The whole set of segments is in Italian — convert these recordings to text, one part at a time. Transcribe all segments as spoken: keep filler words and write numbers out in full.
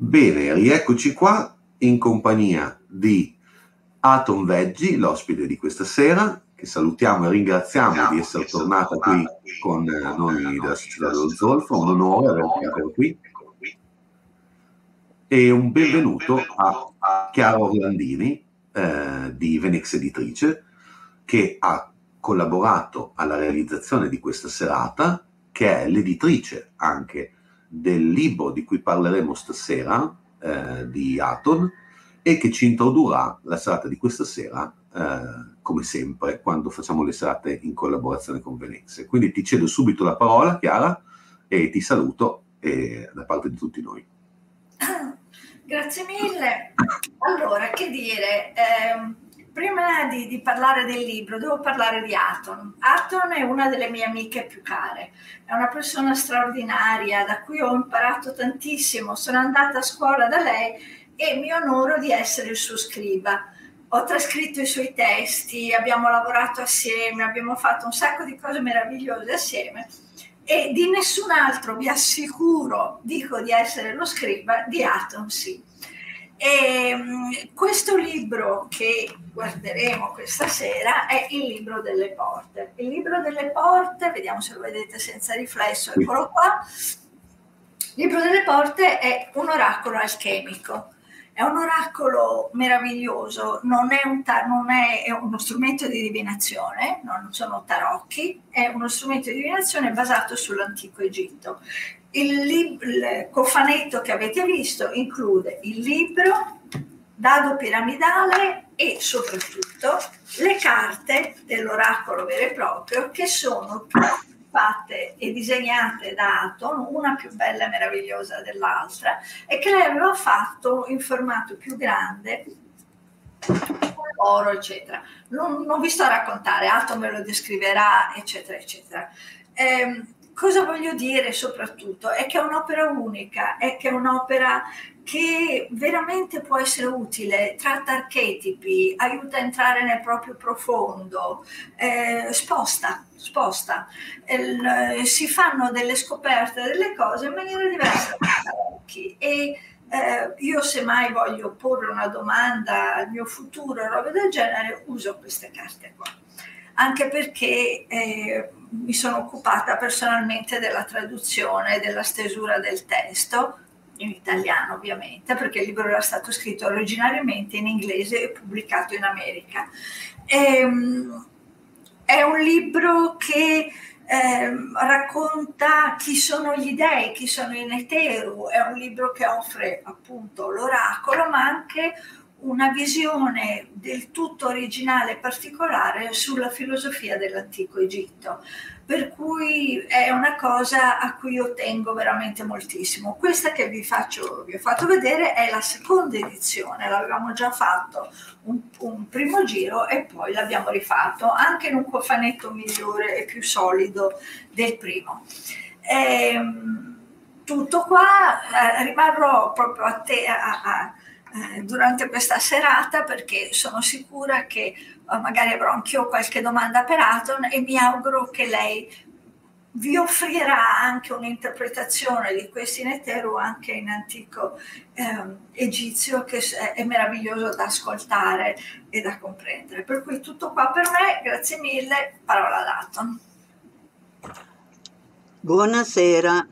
Bene, rieccoci qua in compagnia di Aton Veggi, l'ospite di questa sera, che salutiamo e ringraziamo di essere tornata qui con noi della Società dello Zolfo, un onore averla qui, e un benvenuto a Chiara Orlandini eh, di Venex Editrice, che ha collaborato alla realizzazione di questa serata, che è l'editrice anche del libro di cui parleremo stasera, eh, di Aton, e che ci introdurrà la serata di questa sera, eh, come sempre, quando facciamo le serate in collaborazione con Venex. Quindi ti cedo subito la parola, Chiara, e ti saluto eh, da parte di tutti noi. Grazie mille. Allora, che dire, eh, prima di, di parlare del libro devo parlare di Aton. Aton è una delle mie amiche più care, è una persona straordinaria da cui ho imparato tantissimo, sono andata a scuola da lei e mi onoro di essere il suo scriba. Ho trascritto i suoi testi, abbiamo lavorato assieme, abbiamo fatto un sacco di cose meravigliose assieme. E di nessun altro, vi assicuro, dico di essere lo scriba, di Aton sì. E, um, questo libro che guarderemo questa sera è Il libro delle porte. Il libro delle porte, vediamo se lo vedete senza riflesso, eccolo qua. Il libro delle porte è un oracolo alchemico. È un oracolo meraviglioso, non è, un tar- non è, è uno strumento di divinazione, non sono tarocchi, è uno strumento di divinazione basato sull'antico Egitto. Il, lib- il cofanetto che avete visto include il libro, dado piramidale e soprattutto le carte dell'oracolo vero e proprio, che sono fatte e disegnate da Aton, una più bella e meravigliosa dell'altra, e che lei aveva fatto in formato più grande, oro, eccetera. Non, non vi sto a raccontare, Aton me lo descriverà, eccetera, eccetera. Eh, cosa voglio dire soprattutto? È che è un'opera unica, è che è un'opera che veramente può essere utile, tratta archetipi, aiuta a entrare nel proprio profondo, eh, sposta, sposta. El, si fanno delle scoperte delle cose in maniera diversa da occhi. E eh, io se mai voglio porre una domanda al mio futuro, robe del genere, uso queste carte qua. Anche perché eh, mi sono occupata personalmente della traduzione, della stesura del testo, in italiano ovviamente, perché il libro era stato scritto originariamente in inglese e pubblicato in America. E, è un libro che eh, racconta chi sono gli dei, chi sono i Neteru, è un libro che offre appunto l'oracolo, ma anche una visione del tutto originale e particolare sulla filosofia dell'antico Egitto, per cui è una cosa a cui io tengo veramente moltissimo. Questa che vi, faccio, vi ho fatto vedere è la seconda edizione, l'avevamo già fatto un, un primo giro e poi l'abbiamo rifatto anche in un cofanetto migliore e più solido del primo. E, tutto qua, eh, rimarrò proprio a te a, a durante questa serata, perché sono sicura che uh, magari avrò anch'io qualche domanda per Aton e mi auguro che lei vi offrirà anche un'interpretazione di questi Neteru anche in antico eh, egizio, che è meraviglioso da ascoltare e da comprendere. Per cui tutto qua per me, grazie mille, parola ad Aton. Buonasera.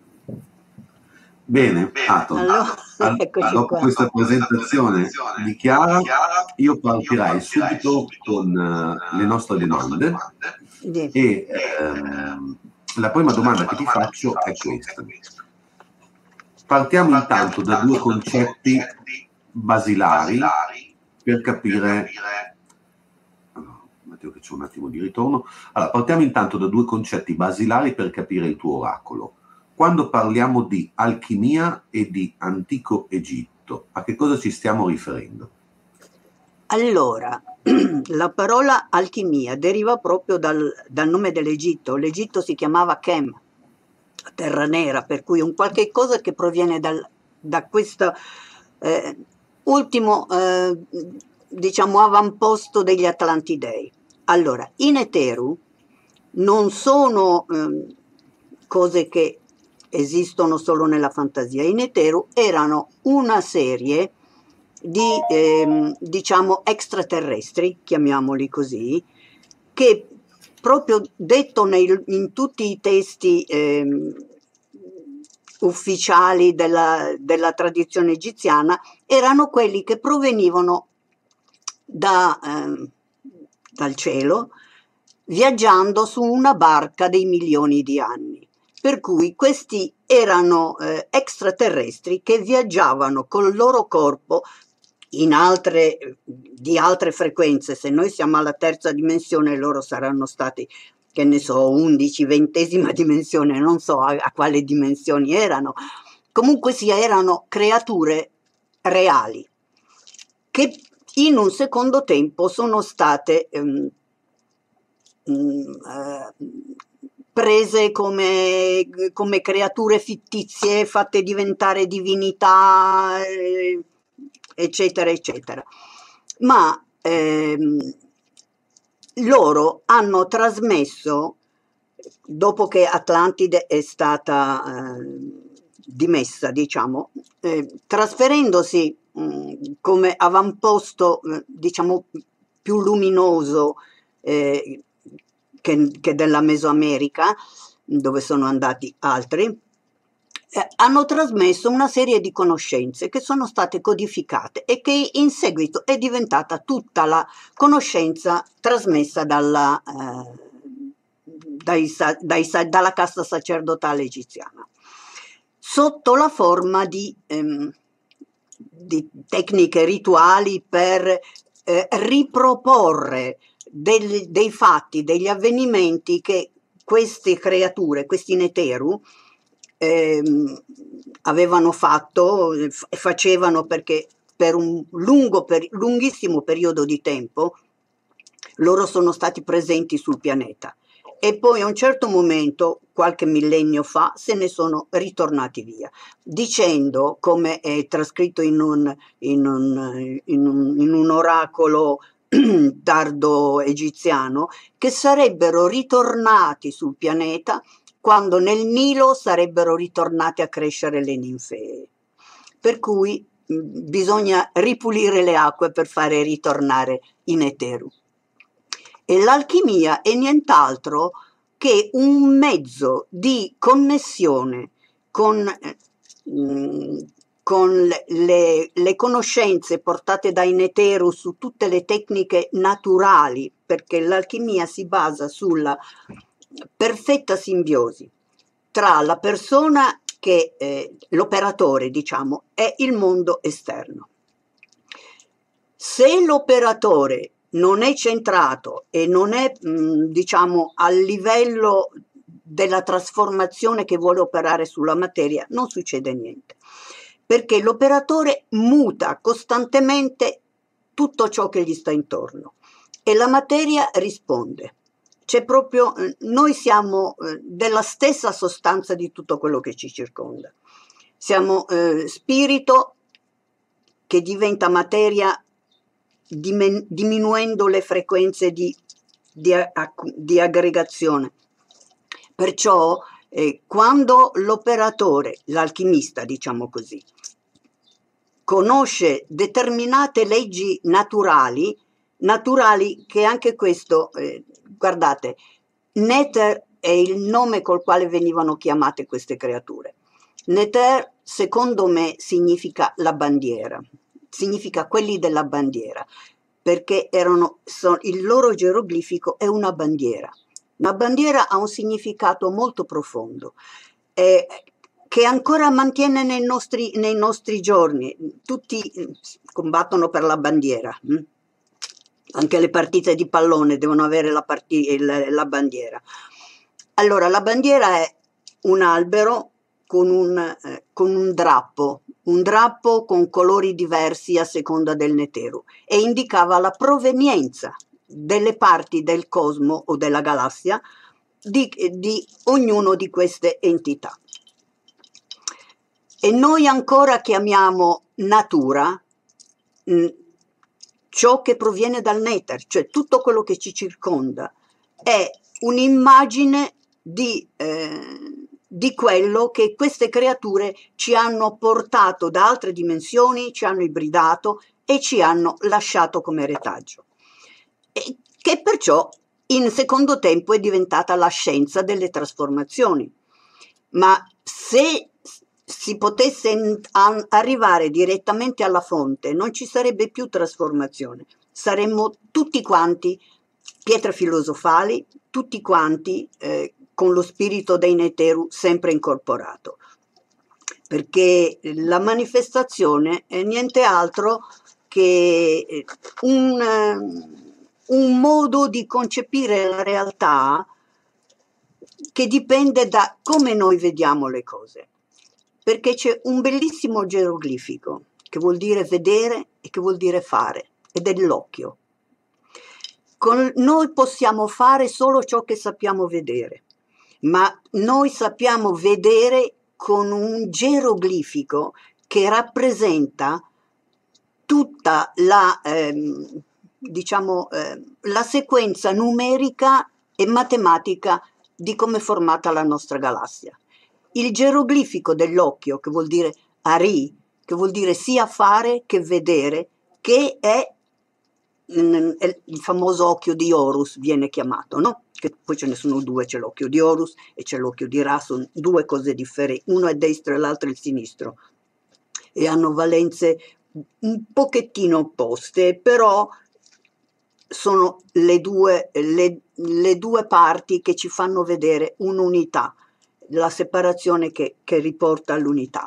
Bene, Aton, allora, allora, dopo qua. questa presentazione di Chiara, io partirei subito con uh, le nostre domande e ehm, la prima domanda che ti faccio è questa. Partiamo intanto da due concetti basilari per capire... Matteo che c'è un attimo di ritorno. Allora, partiamo intanto da due concetti basilari per capire il tuo oracolo. Quando parliamo di alchimia e di antico Egitto, a che cosa ci stiamo riferendo? Allora, la parola alchimia deriva proprio dal, dal nome dell'Egitto. L'Egitto si chiamava Chem, terra nera, per cui un qualche cosa che proviene dal, da questo eh, ultimo, eh, diciamo, avamposto degli Atlantidei. Allora, i Neteru non sono eh, cose che esistono solo nella fantasia. I Neteru erano una serie di ehm, diciamo extraterrestri, chiamiamoli così, che proprio detto nei, in tutti i testi ehm, ufficiali della, della tradizione egiziana, erano quelli che provenivano da, ehm, dal cielo, viaggiando su una barca dei milioni di anni. Per cui questi erano eh, extraterrestri che viaggiavano col loro corpo in altre, di altre frequenze. Se noi siamo alla terza dimensione, loro saranno stati, che ne so, undici, ventesima dimensione, non so a, a quale dimensioni erano. Comunque sia, erano creature reali che in un secondo tempo sono state ehm, mh, eh, prese come, come creature fittizie, fatte diventare divinità, eh, eccetera, eccetera. Ma ehm, loro hanno trasmesso, dopo che Atlantide è stata eh, dimessa, diciamo, eh, trasferendosi mh, come avamposto, eh, diciamo, più luminoso eh, che, che della Mesoamerica, dove sono andati altri, eh, hanno trasmesso una serie di conoscenze che sono state codificate e che in seguito è diventata tutta la conoscenza trasmessa dalla, eh, dai, dai, dalla casta sacerdotale egiziana, sotto la forma di, ehm, di tecniche rituali per eh, riproporre dei, dei fatti, degli avvenimenti che queste creature, questi Neteru, ehm, avevano fatto e facevano, perché per un lungo, per, lunghissimo periodo di tempo loro sono stati presenti sul pianeta e poi a un certo momento, qualche millennio fa, se ne sono ritornati via, dicendo, come è trascritto in un, in un, in un, in un oracolo tardo egiziano, che sarebbero ritornati sul pianeta quando nel Nilo sarebbero ritornate a crescere le ninfee. Per cui mh, bisogna ripulire le acque per fare ritornare i Neteru. E l'alchimia è nient'altro che un mezzo di connessione con, mh, con le, le conoscenze portate dai Neteru su tutte le tecniche naturali, perché l'alchimia si basa sulla perfetta simbiosi tra la persona che eh, l'operatore, diciamo, è il mondo esterno. Se l'operatore non è centrato e non è, mh, diciamo, al livello della trasformazione che vuole operare sulla materia, non succede niente, perché l'operatore muta costantemente tutto ciò che gli sta intorno e la materia risponde. C'è proprio, noi siamo eh, della stessa sostanza di tutto quello che ci circonda. Siamo eh, spirito che diventa materia diminuendo le frequenze di, di, di aggregazione. Perciò eh, quando l'operatore, l'alchimista diciamo così, conosce determinate leggi naturali, naturali che anche questo, eh, guardate, Nether è il nome col quale venivano chiamate queste creature. Nether, secondo me, significa la bandiera. Significa quelli della bandiera, perché erano, so, il loro geroglifico è una bandiera. Una bandiera ha un significato molto profondo, eh, che ancora mantiene nei nostri, nei nostri giorni. Tutti combattono per la bandiera. Hm? Anche le partite di pallone devono avere la, la, la bandiera. Allora, la bandiera è un albero con un, eh, con un drappo, un drappo con colori diversi a seconda del Neteru, e indicava la provenienza delle parti del cosmo o della galassia di, di ognuno di queste entità. E noi ancora chiamiamo natura mh, ciò che proviene dal Nether, cioè tutto quello che ci circonda è un'immagine di, eh, di quello che queste creature ci hanno portato da altre dimensioni, ci hanno ibridato e ci hanno lasciato come retaggio. E che perciò in secondo tempo è diventata la scienza delle trasformazioni. Ma se si potesse arrivare direttamente alla fonte, non ci sarebbe più trasformazione. Saremmo tutti quanti pietre filosofali, tutti quanti eh, con lo spirito dei Neteru sempre incorporato. Perché la manifestazione è niente altro che un, un modo di concepire la realtà che dipende da come noi vediamo le cose. Perché c'è un bellissimo geroglifico che vuol dire vedere e che vuol dire fare, ed è l'occhio. Con noi possiamo fare solo ciò che sappiamo vedere, ma noi sappiamo vedere con un geroglifico che rappresenta tutta la, ehm, diciamo, eh, la sequenza numerica e matematica di come è formata la nostra galassia. Il geroglifico dell'occhio, che vuol dire Ari, che vuol dire sia fare che vedere, che è mm, il famoso occhio di Horus, viene chiamato, no? Che poi ce ne sono due, c'è l'occhio di Horus e c'è l'occhio di Ra, sono due cose differenti, uno è destro e l'altro è il sinistro, e hanno valenze un pochettino opposte, però sono le due, le, le due parti che ci fanno vedere un'unità, la separazione che, che riporta all'unità.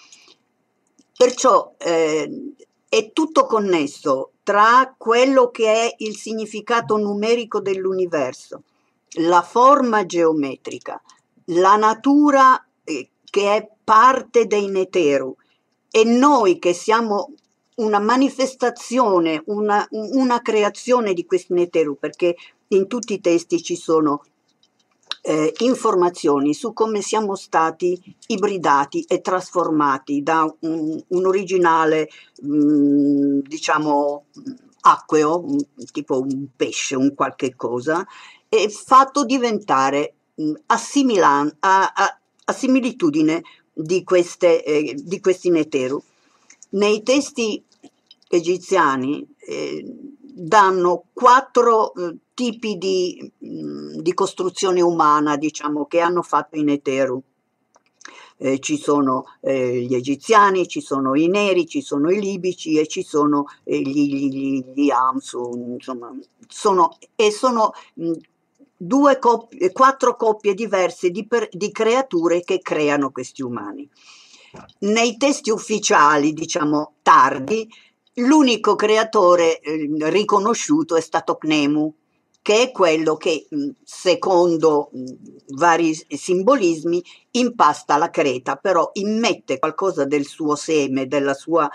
Perciò eh, è tutto connesso tra quello che è il significato numerico dell'universo, la forma geometrica, la natura eh, che è parte dei Neteru, e noi che siamo una manifestazione, una, una creazione di questi Neteru, perché in tutti i testi ci sono eh, informazioni su come siamo stati ibridati e trasformati da un, un originale, mh, diciamo, acqueo, un, tipo un pesce, un qualche cosa, e fatto diventare mh, assimilan- a, a, a similitudine di, queste, eh, di questi Neteru. Nei testi egiziani eh, danno quattro eh, tipi di, mh, di costruzione umana, diciamo, che hanno fatto i Neteru. Eh, ci sono eh, gli egiziani, ci sono i neri, ci sono i libici e ci sono eh, gli, gli, gli Amsu, insomma, sono, e sono mh, due coppie, quattro coppie diverse di, per, di creature che creano questi umani. Nei testi ufficiali, diciamo tardi, l'unico creatore eh, riconosciuto è stato Cnemu, che è quello che, secondo vari simbolismi, impasta la creta, però immette qualcosa del suo seme, della sua,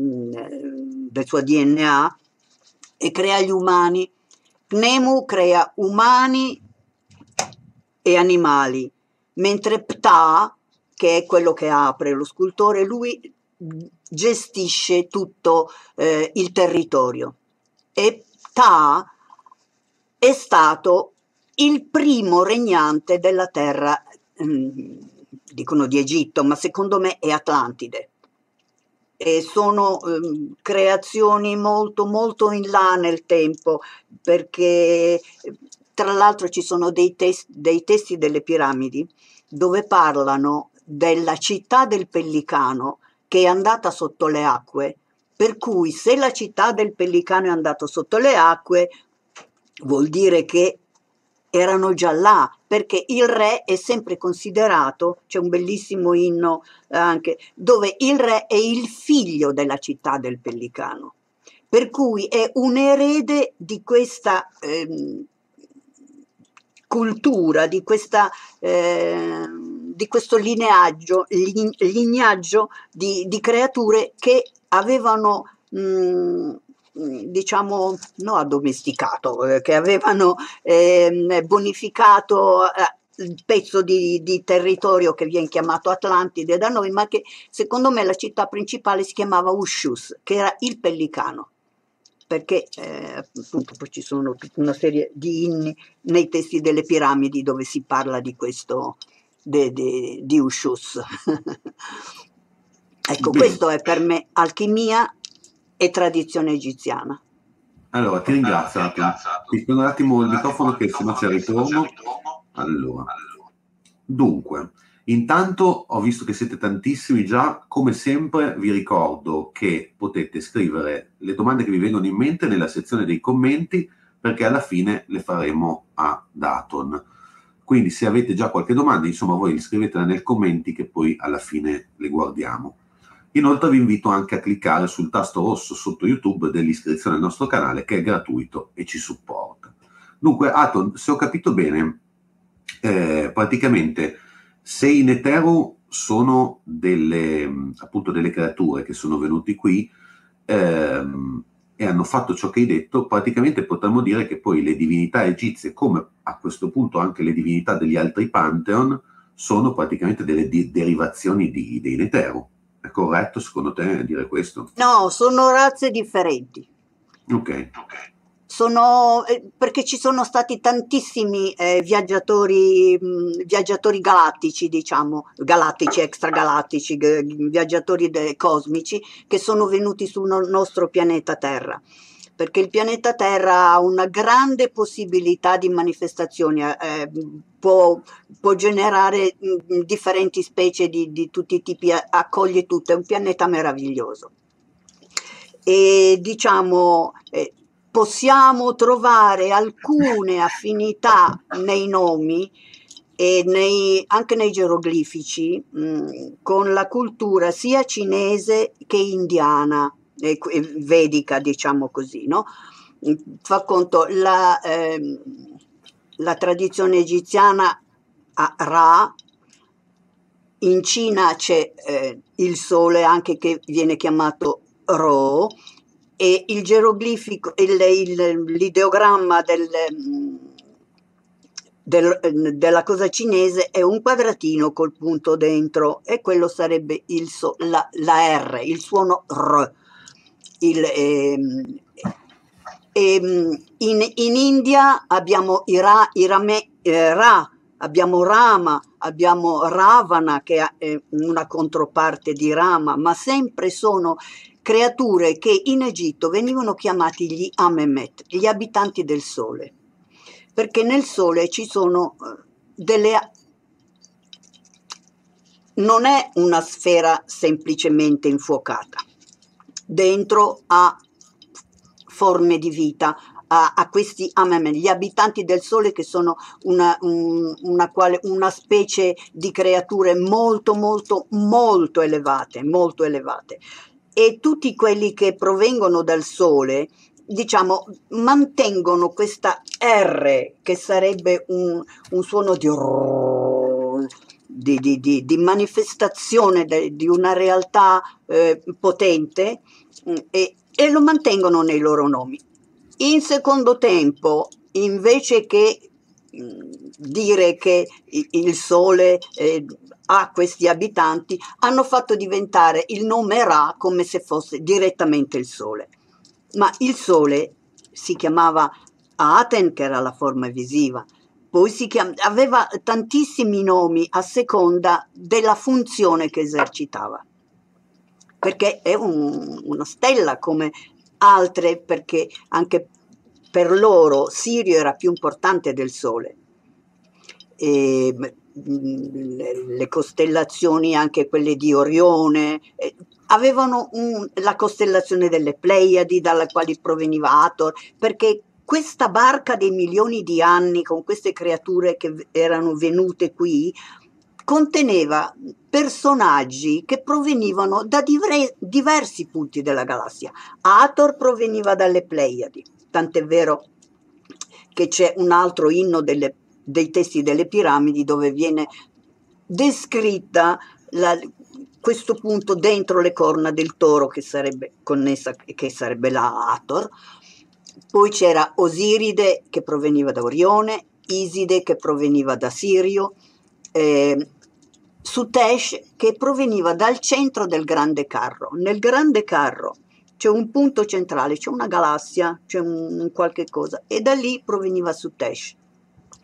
del suo D N A, e crea gli umani. Cnemu crea umani e animali, mentre Ptah, che è quello che apre lo scultore, lui gestisce tutto eh, il territorio. E Ptah è stato il primo regnante della terra, ehm, dicono di Egitto, ma secondo me è Atlantide. E sono ehm, creazioni molto molto in là nel tempo, perché tra l'altro ci sono dei, tes- dei testi delle piramidi dove parlano della città del Pellicano che è andata sotto le acque, per cui se la città del Pellicano è andata sotto le acque vuol dire che erano già là, perché il re è sempre considerato, c'è un bellissimo inno anche, dove il re è il figlio della città del Pellicano, per cui è un erede di questa ehm, cultura, di, questa, eh, di questo lineaggio, lignaggio di, di creature che avevano mh, diciamo, no addomesticato, eh, che avevano eh, bonificato eh, il pezzo di, di territorio che viene chiamato Atlantide da noi, ma che secondo me la città principale si chiamava Ushus, che era il Pellicano, perché eh, appunto poi ci sono tutta una serie di inni nei testi delle piramidi dove si parla di questo, di, di, di Ushus. Ecco, Bene. questo è per me alchimia e tradizione egiziana. Allora, ti ringrazio. Atom. Ti spiego un attimo il microfono che se no c'è il ritorno. Allora, dunque, intanto ho visto che siete tantissimi già, come sempre vi ricordo che potete scrivere le domande che vi vengono in mente nella sezione dei commenti, perché alla fine le faremo a Daton. Quindi se avete già qualche domanda, insomma, voi scrivetela nei commenti che poi alla fine le guardiamo. Inoltre vi invito anche a cliccare sul tasto rosso sotto YouTube dell'iscrizione al nostro canale, che è gratuito e ci supporta. Dunque, Aton, se ho capito bene, eh, praticamente se in Ethereum sono delle, appunto, delle creature che sono venuti qui ehm, e hanno fatto ciò che hai detto, praticamente potremmo dire che poi le divinità egizie, come a questo punto anche le divinità degli altri Pantheon, sono praticamente delle di- derivazioni di, dei Netheru. È corretto secondo te dire questo? No, sono razze differenti. Ok. Sono, eh, perché ci sono stati tantissimi eh, viaggiatori, mh, viaggiatori galattici, diciamo, galattici, extragalattici, g- viaggiatori de- cosmici che sono venuti sul no- nostro pianeta Terra. Perché il pianeta Terra ha una grande possibilità di manifestazioni, eh, può, può generare mh, differenti specie di, di tutti i tipi, accoglie tutto, è un pianeta meraviglioso. E diciamo, eh, possiamo trovare alcune affinità nei nomi e nei, anche nei geroglifici mh, con la cultura sia cinese che indiana e e vedica, diciamo così, no? Fa conto, la, ehm, la tradizione egiziana ha Ra, in Cina c'è eh, il sole anche che viene chiamato Ro, e il geroglifico, il- il- l'ideogramma del, mm, del- della cosa cinese è un quadratino col punto dentro e quello sarebbe il so- la, la R, il suono R. Il, ehm, ehm, in, in India abbiamo i Ra, i Rame- eh, Ra, abbiamo Rama, abbiamo Ravana che è una controparte di Rama, ma sempre sono creature che in Egitto venivano chiamati gli Amemet, gli abitanti del sole, perché nel sole ci sono eh, delle... non è una sfera semplicemente infuocata, dentro ha forme di vita, a, a questi Amemet, gli abitanti del sole, che sono una, un, una, quale, una specie di creature molto molto molto elevate, molto elevate. E tutti quelli che provengono dal sole, diciamo, mantengono questa R che sarebbe un, un suono di, di, di, di, di manifestazione de, di una realtà eh, potente e, e lo mantengono nei loro nomi. In secondo tempo, invece che mh, dire che il sole eh, ha questi abitanti, hanno fatto diventare il nome Ra come se fosse direttamente il sole. Ma il sole si chiamava Aten, che era la forma visiva, poi si chiam- aveva tantissimi nomi a seconda della funzione che esercitava, perché è un- una stella come altre, perché anche per loro Sirio era più importante del Sole. E, mh, le, le costellazioni, anche quelle di Orione, eh, avevano un- la costellazione delle Pleiadi, dalla quale proveniva Hathor, perché questa barca dei milioni di anni con queste creature che v- erano venute qui conteneva personaggi che provenivano da divre- diversi punti della galassia. Hathor proveniva dalle Pleiadi, tant'è vero che c'è un altro inno delle, dei testi delle piramidi dove viene descritta la, questo punto dentro le corna del toro che sarebbe connessa, che sarebbe la Hathor. Poi c'era Osiride che proveniva da Orione, Iside che proveniva da Sirio, eh, Sutesh che proveniva dal centro del grande carro. Nel grande carro c'è un punto centrale, c'è una galassia, c'è un, un qualche cosa, e da lì proveniva Sutesh.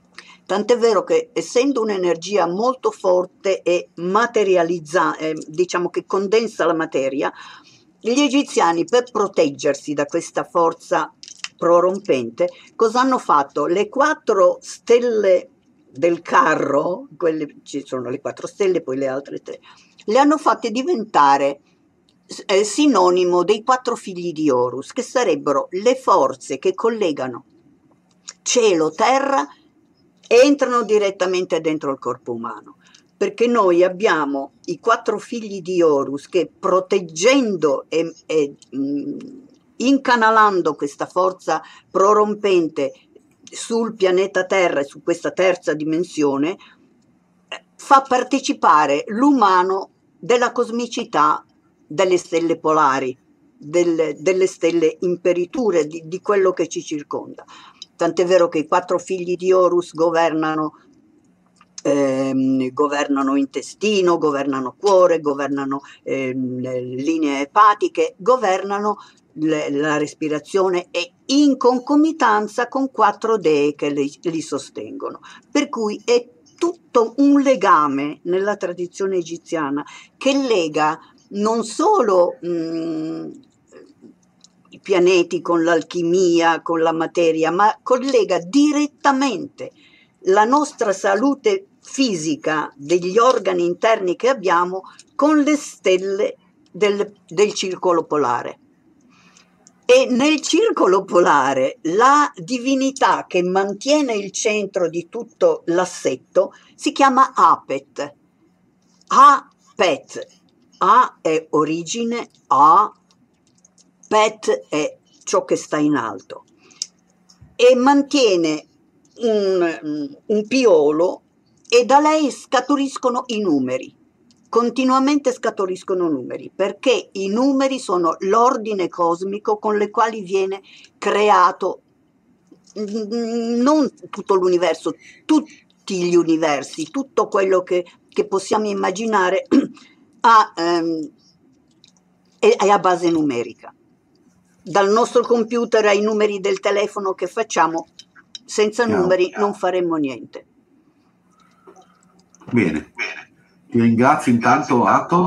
Tant'è vero che, essendo un'energia molto forte e materializzata, eh, diciamo che condensa la materia, gli egiziani, per proteggersi da questa forza prorompente, cosa hanno fatto? Le quattro stelle del carro, quelle, ci sono le quattro stelle, poi le altre tre, le hanno fatte diventare eh, sinonimo dei quattro figli di Horus, che sarebbero le forze che collegano cielo, terra e entrano direttamente dentro il corpo umano. Perché noi abbiamo i quattro figli di Horus che, proteggendo e, e mh, incanalando questa forza prorompente sul pianeta Terra e su questa terza dimensione, fa partecipare l'umano della cosmicità delle stelle polari, delle, delle stelle imperiture, di, di quello che ci circonda. Tant'è vero che i quattro figli di Horus governano, ehm, governano intestino, governano cuore, governano ehm, linee epatiche, governano le, la respirazione e in concomitanza con quattro dee che li, li sostengono. Per cui è tutto un legame nella tradizione egiziana che lega non solo mh, i pianeti con l'alchimia, con la materia, ma collega direttamente la nostra salute fisica degli organi interni che abbiamo con le stelle del, del circolo polare. E nel circolo polare la divinità che mantiene il centro di tutto l'assetto si chiama Apet. Apet. A è origine, A, Pet è ciò che sta in alto. E mantiene un, un piolo e da lei scaturiscono i numeri. Continuamente scaturiscono numeri, perché i numeri sono l'ordine cosmico con le quali viene creato non tutto l'universo, tutti gli universi, tutto quello che, che possiamo immaginare ha, ehm, è, è a base numerica. Dal nostro computer ai numeri del telefono che facciamo, senza Chiaro. numeri non faremmo niente. Bene. Ti ringrazio intanto, Ato.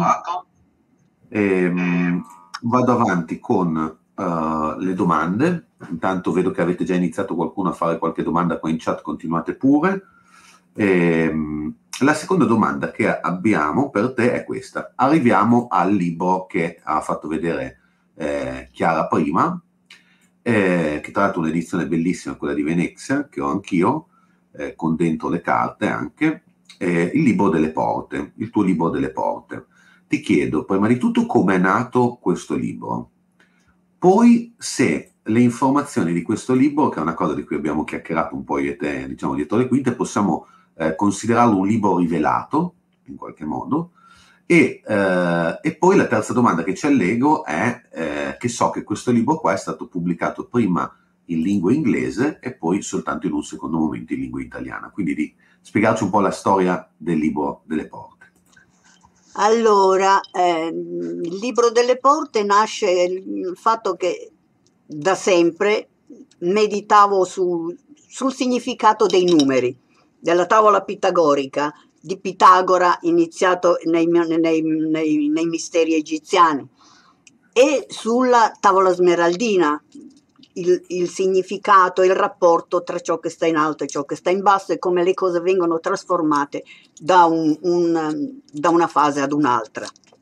Ehm, vado avanti con uh, le domande. Intanto vedo che avete già iniziato qualcuno a fare qualche domanda qua in chat, continuate pure. Ehm, la seconda domanda che abbiamo per te è questa. Arriviamo al libro che ha fatto vedere eh, Chiara prima, eh, che tra l'altro è un'edizione bellissima, quella di Venezia, che ho anch'io, eh, con dentro le carte anche. Eh, il libro delle porte, il tuo libro delle porte. Ti chiedo prima di tutto come è nato questo libro, poi se le informazioni di questo libro, che è una cosa di cui abbiamo chiacchierato un po' io e te, diciamo dietro le quinte, possiamo eh, considerarlo un libro rivelato in qualche modo. E, eh, e poi la terza domanda che ci allego è eh, che so che questo libro qua è stato pubblicato prima in lingua inglese e poi soltanto in un secondo momento in lingua italiana, quindi di spiegarci un po' la storia del libro delle porte. Allora, eh, il libro delle porte nasce il fatto che da sempre meditavo su, sul significato dei numeri, della tavola pitagorica di Pitagora, iniziato nei, nei, nei, nei misteri egiziani, e sulla tavola smeraldina, Il, il significato, il rapporto tra ciò che sta in alto e ciò che sta in basso e come le cose vengono trasformate da, un, un, da una fase ad un'altra.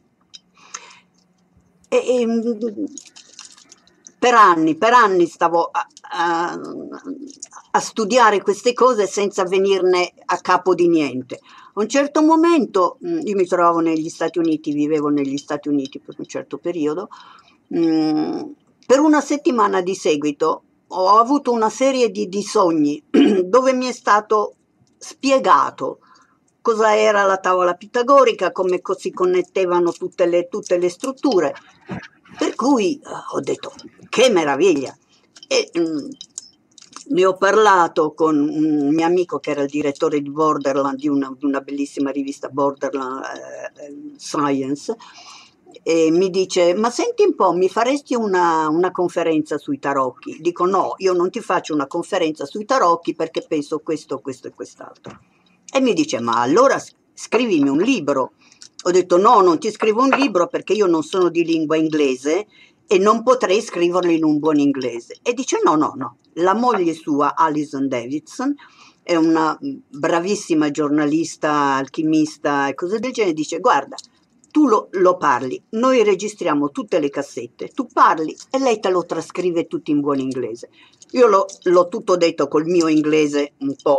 E, e, per anni, per anni stavo a, a, a studiare queste cose senza venirne a capo di niente. A un certo momento, io mi trovavo negli Stati Uniti, vivevo negli Stati Uniti per un certo periodo, mh, per una settimana di seguito ho avuto una serie di, di sogni dove mi è stato spiegato cosa era la tavola pitagorica, come si connettevano tutte le, tutte le strutture, per cui ho detto che meraviglia. E mh, ne ho parlato con un mio amico che era il direttore di Borderland, di una, di una bellissima rivista Borderland eh, Science, e mi dice: ma senti un po', mi faresti una, una conferenza sui tarocchi? Dico: no, io non ti faccio una conferenza sui tarocchi perché penso questo, questo e quest'altro. E mi dice: ma allora s- scrivimi un libro. Ho detto: no, non ti scrivo un libro perché io non sono di lingua inglese e non potrei scriverlo in un buon inglese. E dice: no, no, no. La moglie sua, Alison Davidson, è una bravissima giornalista, alchimista e cose del genere, dice: guarda, tu lo, lo parli, noi registriamo tutte le cassette, tu parli e lei te lo trascrive tutto in buon inglese. Io l'ho, l'ho tutto detto col mio inglese un po',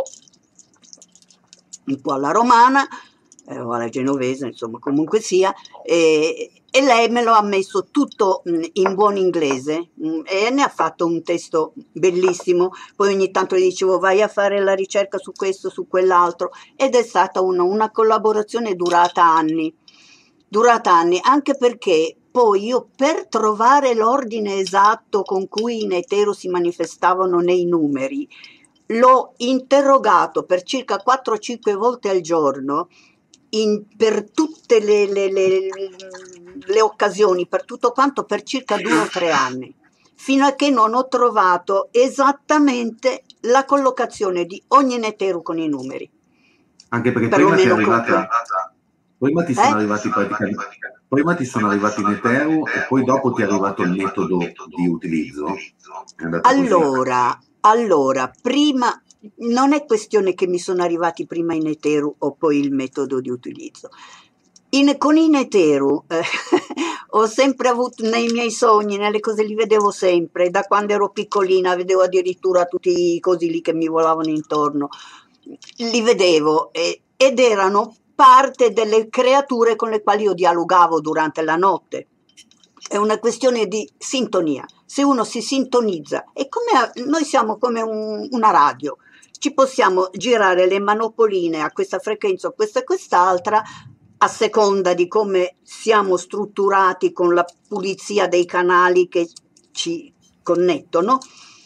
un po' alla romana, eh, o alla genovese, insomma, comunque sia, e, e lei me lo ha messo tutto mh, in buon inglese, mh, e ne ha fatto un testo bellissimo. Poi ogni tanto gli dicevo: vai a fare la ricerca su questo, su quell'altro, ed è stata una, una collaborazione durata anni, durata anni, anche perché poi io, per trovare l'ordine esatto con cui in etero si manifestavano nei numeri, l'ho interrogato per circa quattro o cinque volte al giorno, in- per tutte le, le- le- le occasioni, per tutto quanto, per circa due o tre anni, fino a che non ho trovato esattamente la collocazione di ogni netero con i numeri, Anche perché prima ti è perlomeno con arrivata, quello. prima ti sono Eh? arrivati praticamente, prima ti sono arrivati in Ethereum e poi dopo ti è arrivato il metodo di utilizzo. È andata così. Allora, allora, prima non è questione che mi sono arrivati prima in Ethereum o poi il metodo di utilizzo. In- con in Ethereum eh, ho sempre avuto nei miei sogni, nelle cose li vedevo sempre, da quando ero piccolina vedevo addirittura tutti i cosi lì che mi volavano intorno, li vedevo e- ed erano parte delle creature con le quali io dialogavo durante la notte. È una questione di sintonia. Se uno si sintonizza, è come a- noi siamo come un- una radio, ci possiamo girare le manopoline a questa frequenza o questa e quest'altra, a seconda di come siamo strutturati con la pulizia dei canali che ci connettono,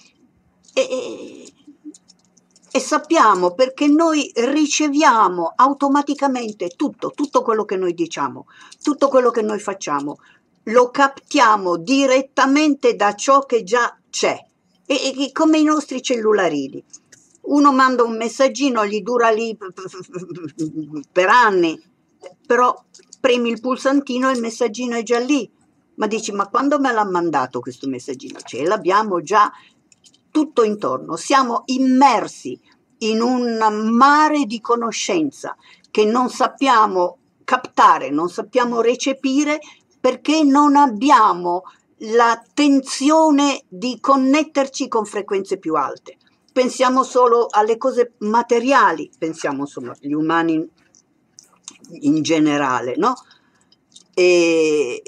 e, e sappiamo, perché noi riceviamo automaticamente tutto, tutto quello che noi diciamo, tutto quello che noi facciamo, lo captiamo direttamente da ciò che già c'è, e, e come i nostri cellularini. Uno manda un messaggino, gli dura lì per anni, però premi il pulsantino e il messaggino è già lì. Ma dici: ma quando me l'ha mandato questo messaggino? Ce l'abbiamo già tutto intorno, siamo immersi in un mare di conoscenza che non sappiamo captare, non sappiamo recepire, perché non abbiamo l'attenzione di connetterci con frequenze più alte. Pensiamo solo alle cose materiali, pensiamo insomma gli umani in generale, no? E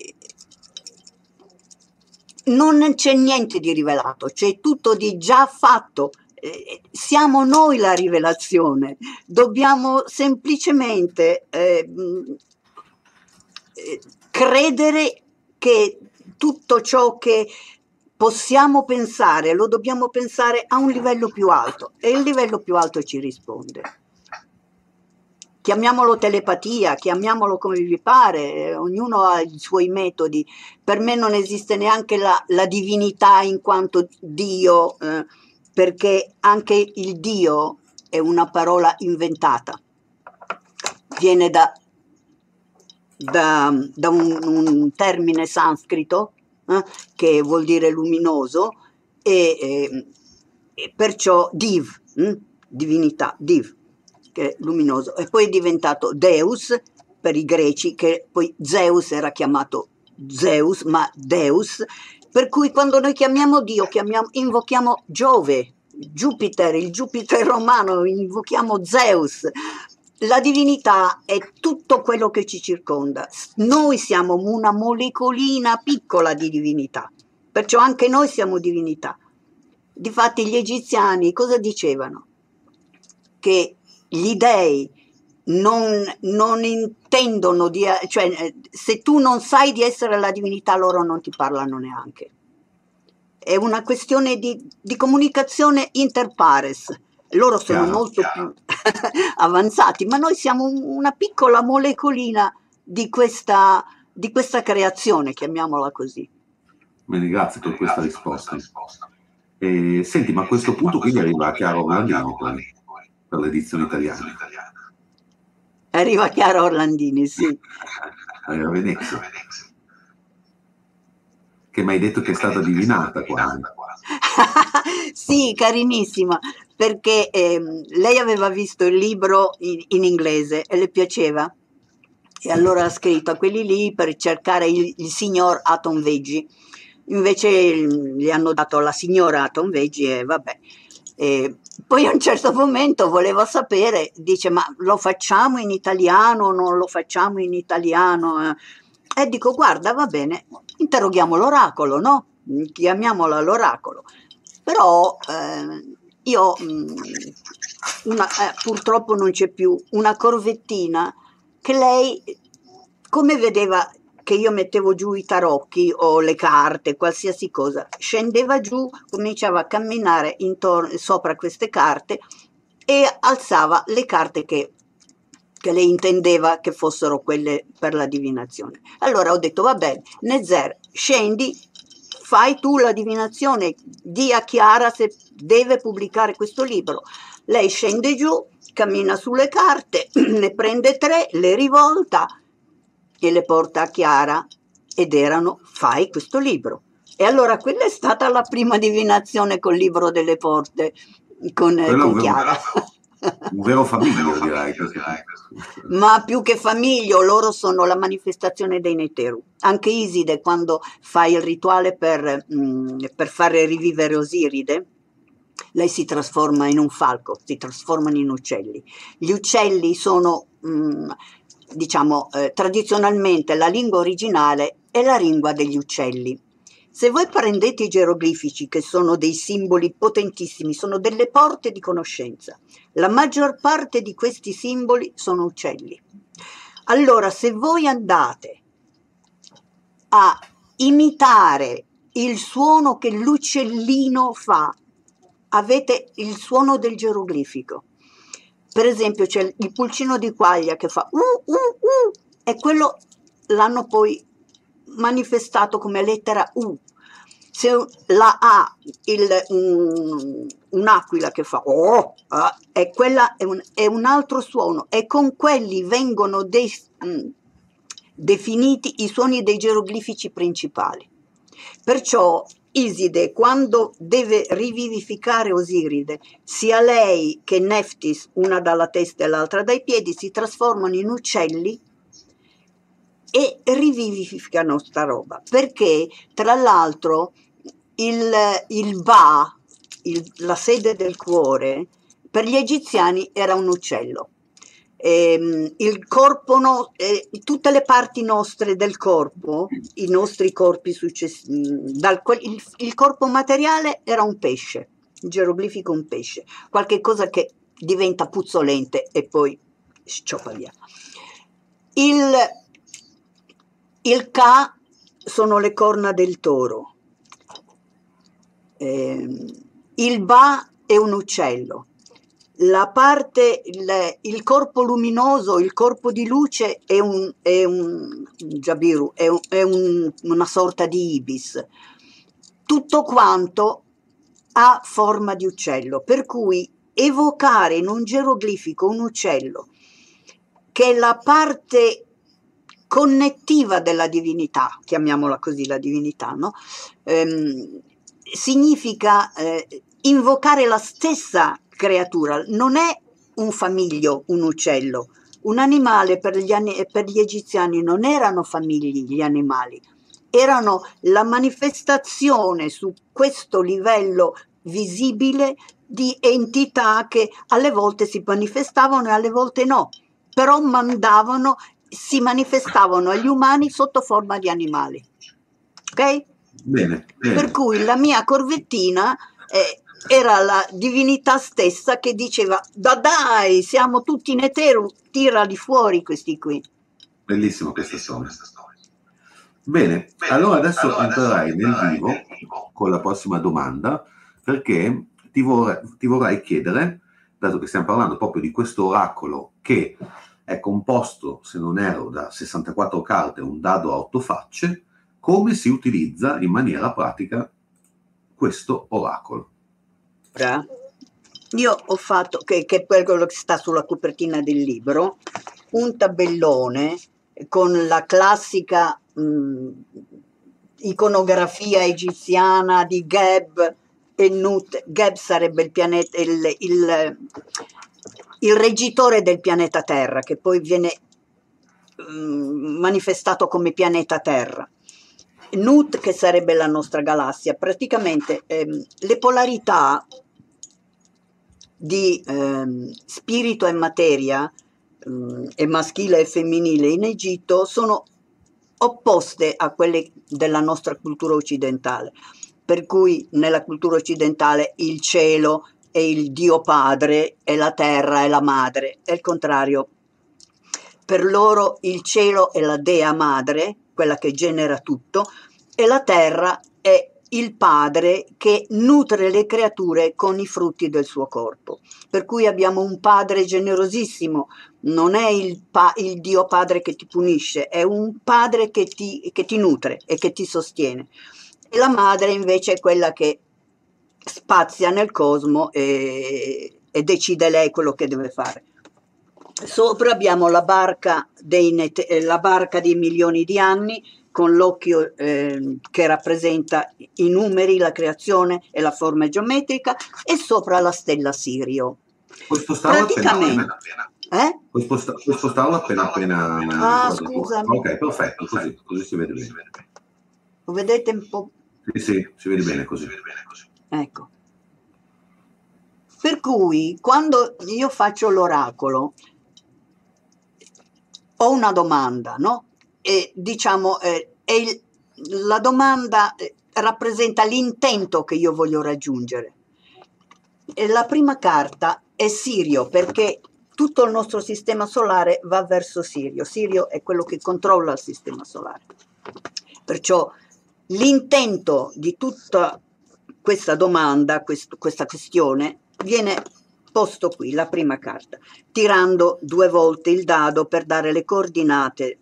non c'è niente di rivelato, c'è tutto di già fatto. Eh, siamo noi la rivelazione, dobbiamo semplicemente eh, mh, eh, credere che tutto ciò che possiamo pensare lo dobbiamo pensare a un livello più alto, e il livello più alto ci risponde. Chiamiamolo telepatia, chiamiamolo come vi pare, eh, ognuno ha i suoi metodi. Per me non esiste neanche la, la divinità in quanto Dio, eh, perché anche il Dio è una parola inventata, viene da, da, da un, un termine sanscrito, eh, che vuol dire luminoso, e, e- e perciò Div, hm, divinità, Div, che è luminoso, e poi è diventato Deus per i greci, che poi Zeus era chiamato Zeus, ma Deus, per cui quando noi chiamiamo Dio, chiamiamo, invochiamo Giove, Jupiter, il Jupiter romano, invochiamo Zeus. La divinità è tutto quello che ci circonda. Noi siamo una molecolina piccola di divinità, perciò anche noi siamo divinità. Difatti gli egiziani cosa dicevano? Che gli dei non, non intendono di, cioè eh, se tu non sai di essere la divinità, loro non ti parlano neanche. È una questione di, di comunicazione inter pares. Loro sono Chiaro. molto più avanzati, ma noi siamo un- una piccola molecolina di questa di questa creazione, chiamiamola così. Bene, grazie per questa risposta. E, senti, ma a questo punto quindi arriva Chiara Orlandini poi, per l'edizione italiana. Arriva Chiara Orlandini, sì. Arriva Venezia. Che mi hai detto che è stata divinata quasi. Sì, carinissima, perché ehm, lei aveva visto il libro in, in inglese e le piaceva. E allora ha scritto a quelli lì per cercare il, il signor Atom Veggie. Invece mm, gli hanno dato la signora Atom Veggie e vabbè. E poi a un certo momento voleva sapere, dice, ma lo facciamo in italiano o non lo facciamo in italiano? Eh, E dico, guarda, va bene, interroghiamo l'oracolo, no? Chiamiamola l'oracolo. Però eh, io, mh, una, eh, purtroppo non c'è più, una corvettina che lei, come vedeva che io mettevo giù i tarocchi o le carte, qualsiasi cosa, scendeva giù, cominciava a camminare intorno, sopra queste carte e alzava le carte che, che lei intendeva che fossero quelle per la divinazione. Allora ho detto, va bene, Nezer, scendi, fai tu la divinazione, di a Chiara se deve pubblicare questo libro. Lei scende giù, cammina sulle carte, ne prende tre, le rivolta e le porta a Chiara ed erano, fai questo libro. E allora quella è stata la prima divinazione col libro delle porte, con, con Chiara. Un vero famiglio, direi. Ma più che famiglio, loro sono la manifestazione dei Neteru. Anche Iside, quando fa il rituale per, mh, per fare rivivere Osiride, lei si trasforma in un falco, si trasformano in uccelli. Gli uccelli sono, mh, diciamo, eh, tradizionalmente la lingua originale è la lingua degli uccelli. Se voi prendete i geroglifici, che sono dei simboli potentissimi, sono delle porte di conoscenza, la maggior parte di questi simboli sono uccelli. Allora, se voi andate a imitare il suono che l'uccellino fa, avete il suono del geroglifico. Per esempio c'è il pulcino di quaglia che fa uh, uh, uh, e quello l'hanno poi manifestato come lettera U. Se la A, il, un, un'aquila che fa oh, ah, e quella è un, è un altro suono, e con quelli vengono de, mh, definiti i suoni dei geroglifici principali. Perciò Iside, quando deve rivivificare Osiride, sia lei che Neftis, una dalla testa e l'altra dai piedi, si trasformano in uccelli e rivivificano sta roba, perché tra l'altro il, il Ba, il, la sede del cuore, per gli egiziani era un uccello. Eh, il corpo, no, eh, tutte le parti nostre del corpo, i nostri corpi successivi, dal, il, il corpo materiale era un pesce, il geroglifico un pesce, qualche cosa che diventa puzzolente e poi scioppa via. Il, il Ka sono le corna del toro. Eh, il Ba è un uccello. La parte, il, il corpo luminoso, il corpo di luce è un, è un Jabiru, è, un, è un, una sorta di ibis. Tutto quanto ha forma di uccello, per cui evocare in un geroglifico un uccello, che è la parte connettiva della divinità, chiamiamola così la divinità, no? Ehm, significa eh, invocare la stessa creatura. Non è un famiglio, un uccello. Un animale per gli, per gli egiziani non erano famigli gli animali, erano la manifestazione su questo livello visibile di entità che alle volte si manifestavano e alle volte no, però mandavano, si manifestavano agli umani sotto forma di animali. Ok? Bene, bene. Per cui la mia corvettina eh, era la divinità stessa che diceva da dai, siamo tutti Neteru, tirali fuori questi qui. Bellissima questa storia. Bene, allora adesso entrerai nel vivo con la prossima domanda, perché ti vorrei, ti vorrei chiedere, dato che stiamo parlando proprio di questo oracolo che è composto, se non erro, da sessantaquattro carte, un dado a otto facce. Come si utilizza in maniera pratica questo oracolo? Io ho fatto, che, che è quello che sta sulla copertina del libro, un tabellone con la classica mh, iconografia egiziana di Geb e Nut. Geb sarebbe il pianeta, il, il, il reggitore del pianeta Terra, che poi viene mh, manifestato come pianeta Terra. Nut, che sarebbe la nostra galassia. Praticamente ehm, le polarità di ehm, spirito e materia, ehm, e maschile e femminile in Egitto, sono opposte a quelle della nostra cultura occidentale, per cui nella cultura occidentale il cielo è il Dio Padre e la terra è la madre, è il contrario. Per loro il cielo è la Dea Madre, quella che genera tutto, e la terra è il padre che nutre le creature con i frutti del suo corpo. Per cui abbiamo un padre generosissimo, non è il, pa il Dio Padre che ti punisce, è un padre che ti, che ti nutre e che ti sostiene. E la madre invece è quella che spazia nel cosmo e, e decide lei quello che deve fare. Sopra abbiamo la barca dei, la barca dei milioni di anni, con l'occhio eh, che rappresenta i numeri, la creazione e la forma geometrica, e sopra la stella Sirio. Puoi spostarlo Praticamente, appena appena. Eh? Puoi, sposta puoi spostarlo appena appena. Ah, scusami. Ok, perfetto, così, così si vede bene. Lo vedete un po'? Sì, sì, si vede bene così. Ecco. Per cui, quando io faccio l'oracolo, ho una domanda, no? E diciamo, eh, e il, la domanda eh, rappresenta l'intento che io voglio raggiungere. E la prima carta è Sirio, perché tutto il nostro sistema solare va verso Sirio. Sirio è quello che controlla il sistema solare. Perciò l'intento di tutta questa domanda, quest, questa questione, viene posto qui, la prima carta, tirando due volte il dado per dare le coordinate.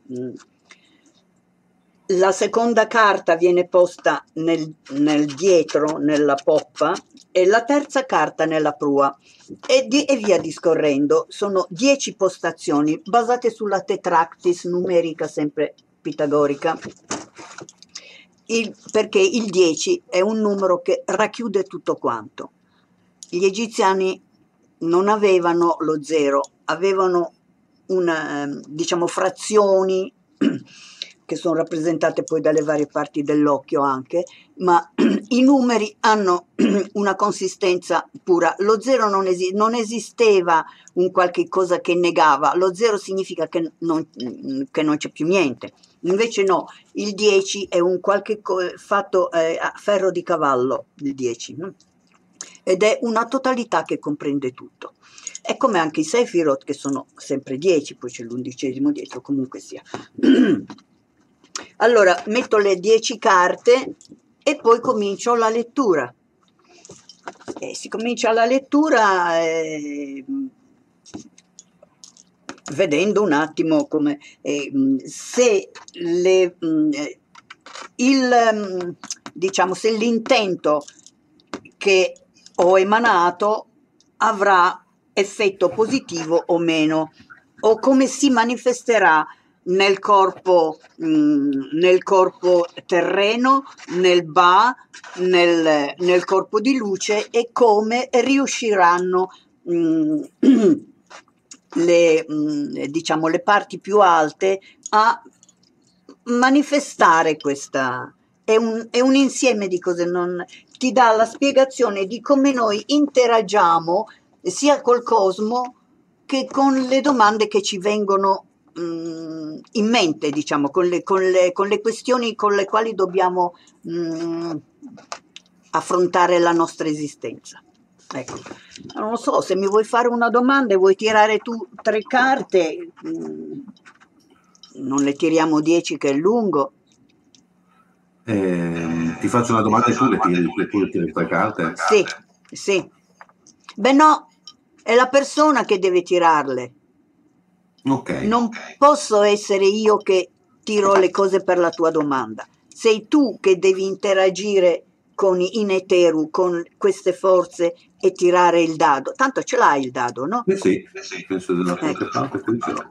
La seconda carta viene posta nel, nel dietro, nella poppa, e la terza carta nella prua, e, di, e via discorrendo. Sono dieci postazioni basate sulla tetractis numerica, sempre pitagorica, il, perché il dieci è un numero che racchiude tutto quanto. Gli egiziani non avevano lo zero, avevano una, diciamo, frazioni che sono rappresentate poi dalle varie parti dell'occhio anche, ma i numeri hanno una consistenza pura. Lo zero non, esi non esisteva un qualche cosa che negava, lo zero significa che non, che non c'è più niente. Invece no, il dieci è un qualche fatto eh, a ferro di cavallo, il dieci, no? Ed è una totalità che comprende tutto. È come anche i Sefirot, che sono sempre dieci, poi c'è l'undicesimo dietro, comunque sia. Allora, metto le dieci carte e poi comincio la lettura. E si comincia la lettura eh, vedendo un attimo come eh, se le, il, diciamo, se l'intento che ho emanato avrà effetto positivo o meno, o come si manifesterà nel corpo, mh, nel corpo terreno, nel Ba, nel, nel corpo di luce, e come riusciranno mh, le, mh, diciamo, le parti più alte a manifestare questa. È un, è un insieme di cose, non, ti dà la spiegazione di come noi interagiamo sia col cosmo che con le domande che ci vengono mh, in mente, diciamo, con le, con, le, con le questioni con le quali dobbiamo mh, affrontare la nostra esistenza. Ecco, non lo so, se mi vuoi fare una domanda e vuoi tirare tu tre carte, mh, non le tiriamo dieci che è lungo. Eh, ti faccio una domanda e tu le tiri, tu tiri tre carte? Sì, sì. Beh no, è la persona che deve tirarle. Ok. Non posso essere io che tiro le cose per la tua domanda. Sei tu che devi interagire con in eteru, con queste forze e tirare il dado. Tanto ce l'hai il dado, no? Eh sì, penso della qualche Ecco. parte qui ce l'ho.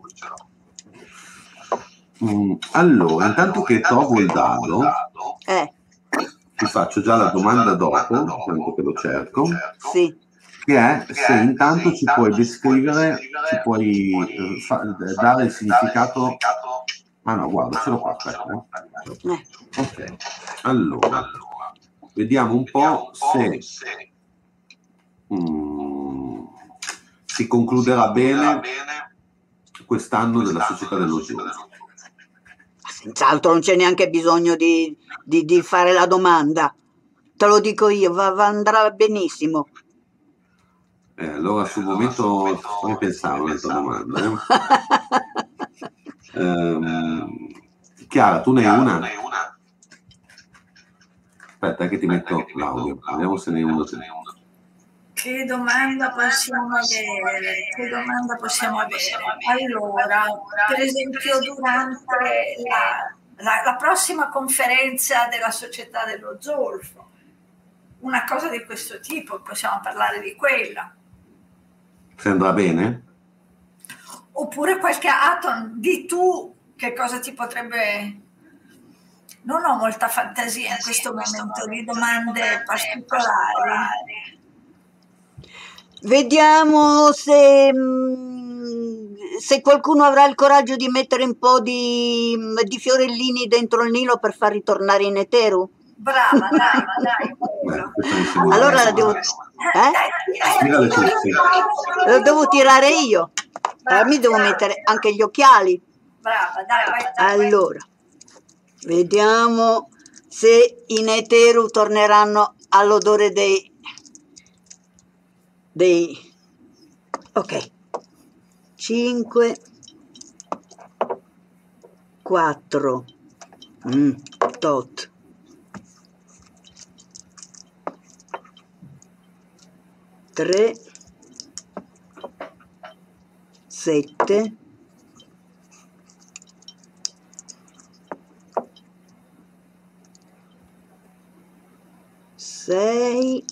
Mm, allora, intanto che trovo il dado, Eh, ti faccio già la domanda dopo, intanto che lo cerco, sì. che è se intanto ci puoi descrivere, ci puoi eh, fa- dare il significato. Ah no, guarda, ce l'ho qua, aspetta. eh. Eh. Ok, allora, vediamo un po' se mm, si concluderà bene quest'anno della Società dello Zoo. Senz'altro non c'è neanche bisogno di, di- di fare la domanda. Te lo dico io, va, va- andrà benissimo. Eh, allora sul momento fammi pensare a un'altra domanda. eh. Ehm, Chiara, tu ne hai una? Aspetta che ti metto l'audio, vediamo se ne hai uno tu. Che domanda possiamo avere? Che domanda possiamo avere? Allora, per esempio, durante la, la- la prossima conferenza della Società dello Zolfo, una cosa di questo tipo, possiamo parlare di quella. Se andrà bene? Oppure qualche Aton, di tu che cosa ti potrebbe... Non ho molta fantasia in questo momento di domande particolari. Vediamo se, mm, se qualcuno avrà il coraggio di mettere un po' di, di fiorellini dentro il Nilo per far ritornare in eteru. Brava, dai, dai. Beh, questa mi sembra Allora una la devo... domanda. Eh? Tira le cuffie. Lo devo tirare io. Eh, mi devo mettere anche gli occhiali. Brava, dai, vai. Allora, vediamo se in eteru torneranno all'odore dei... dei... ok. cinque, quattro, mm, tot. tre, sette, sei,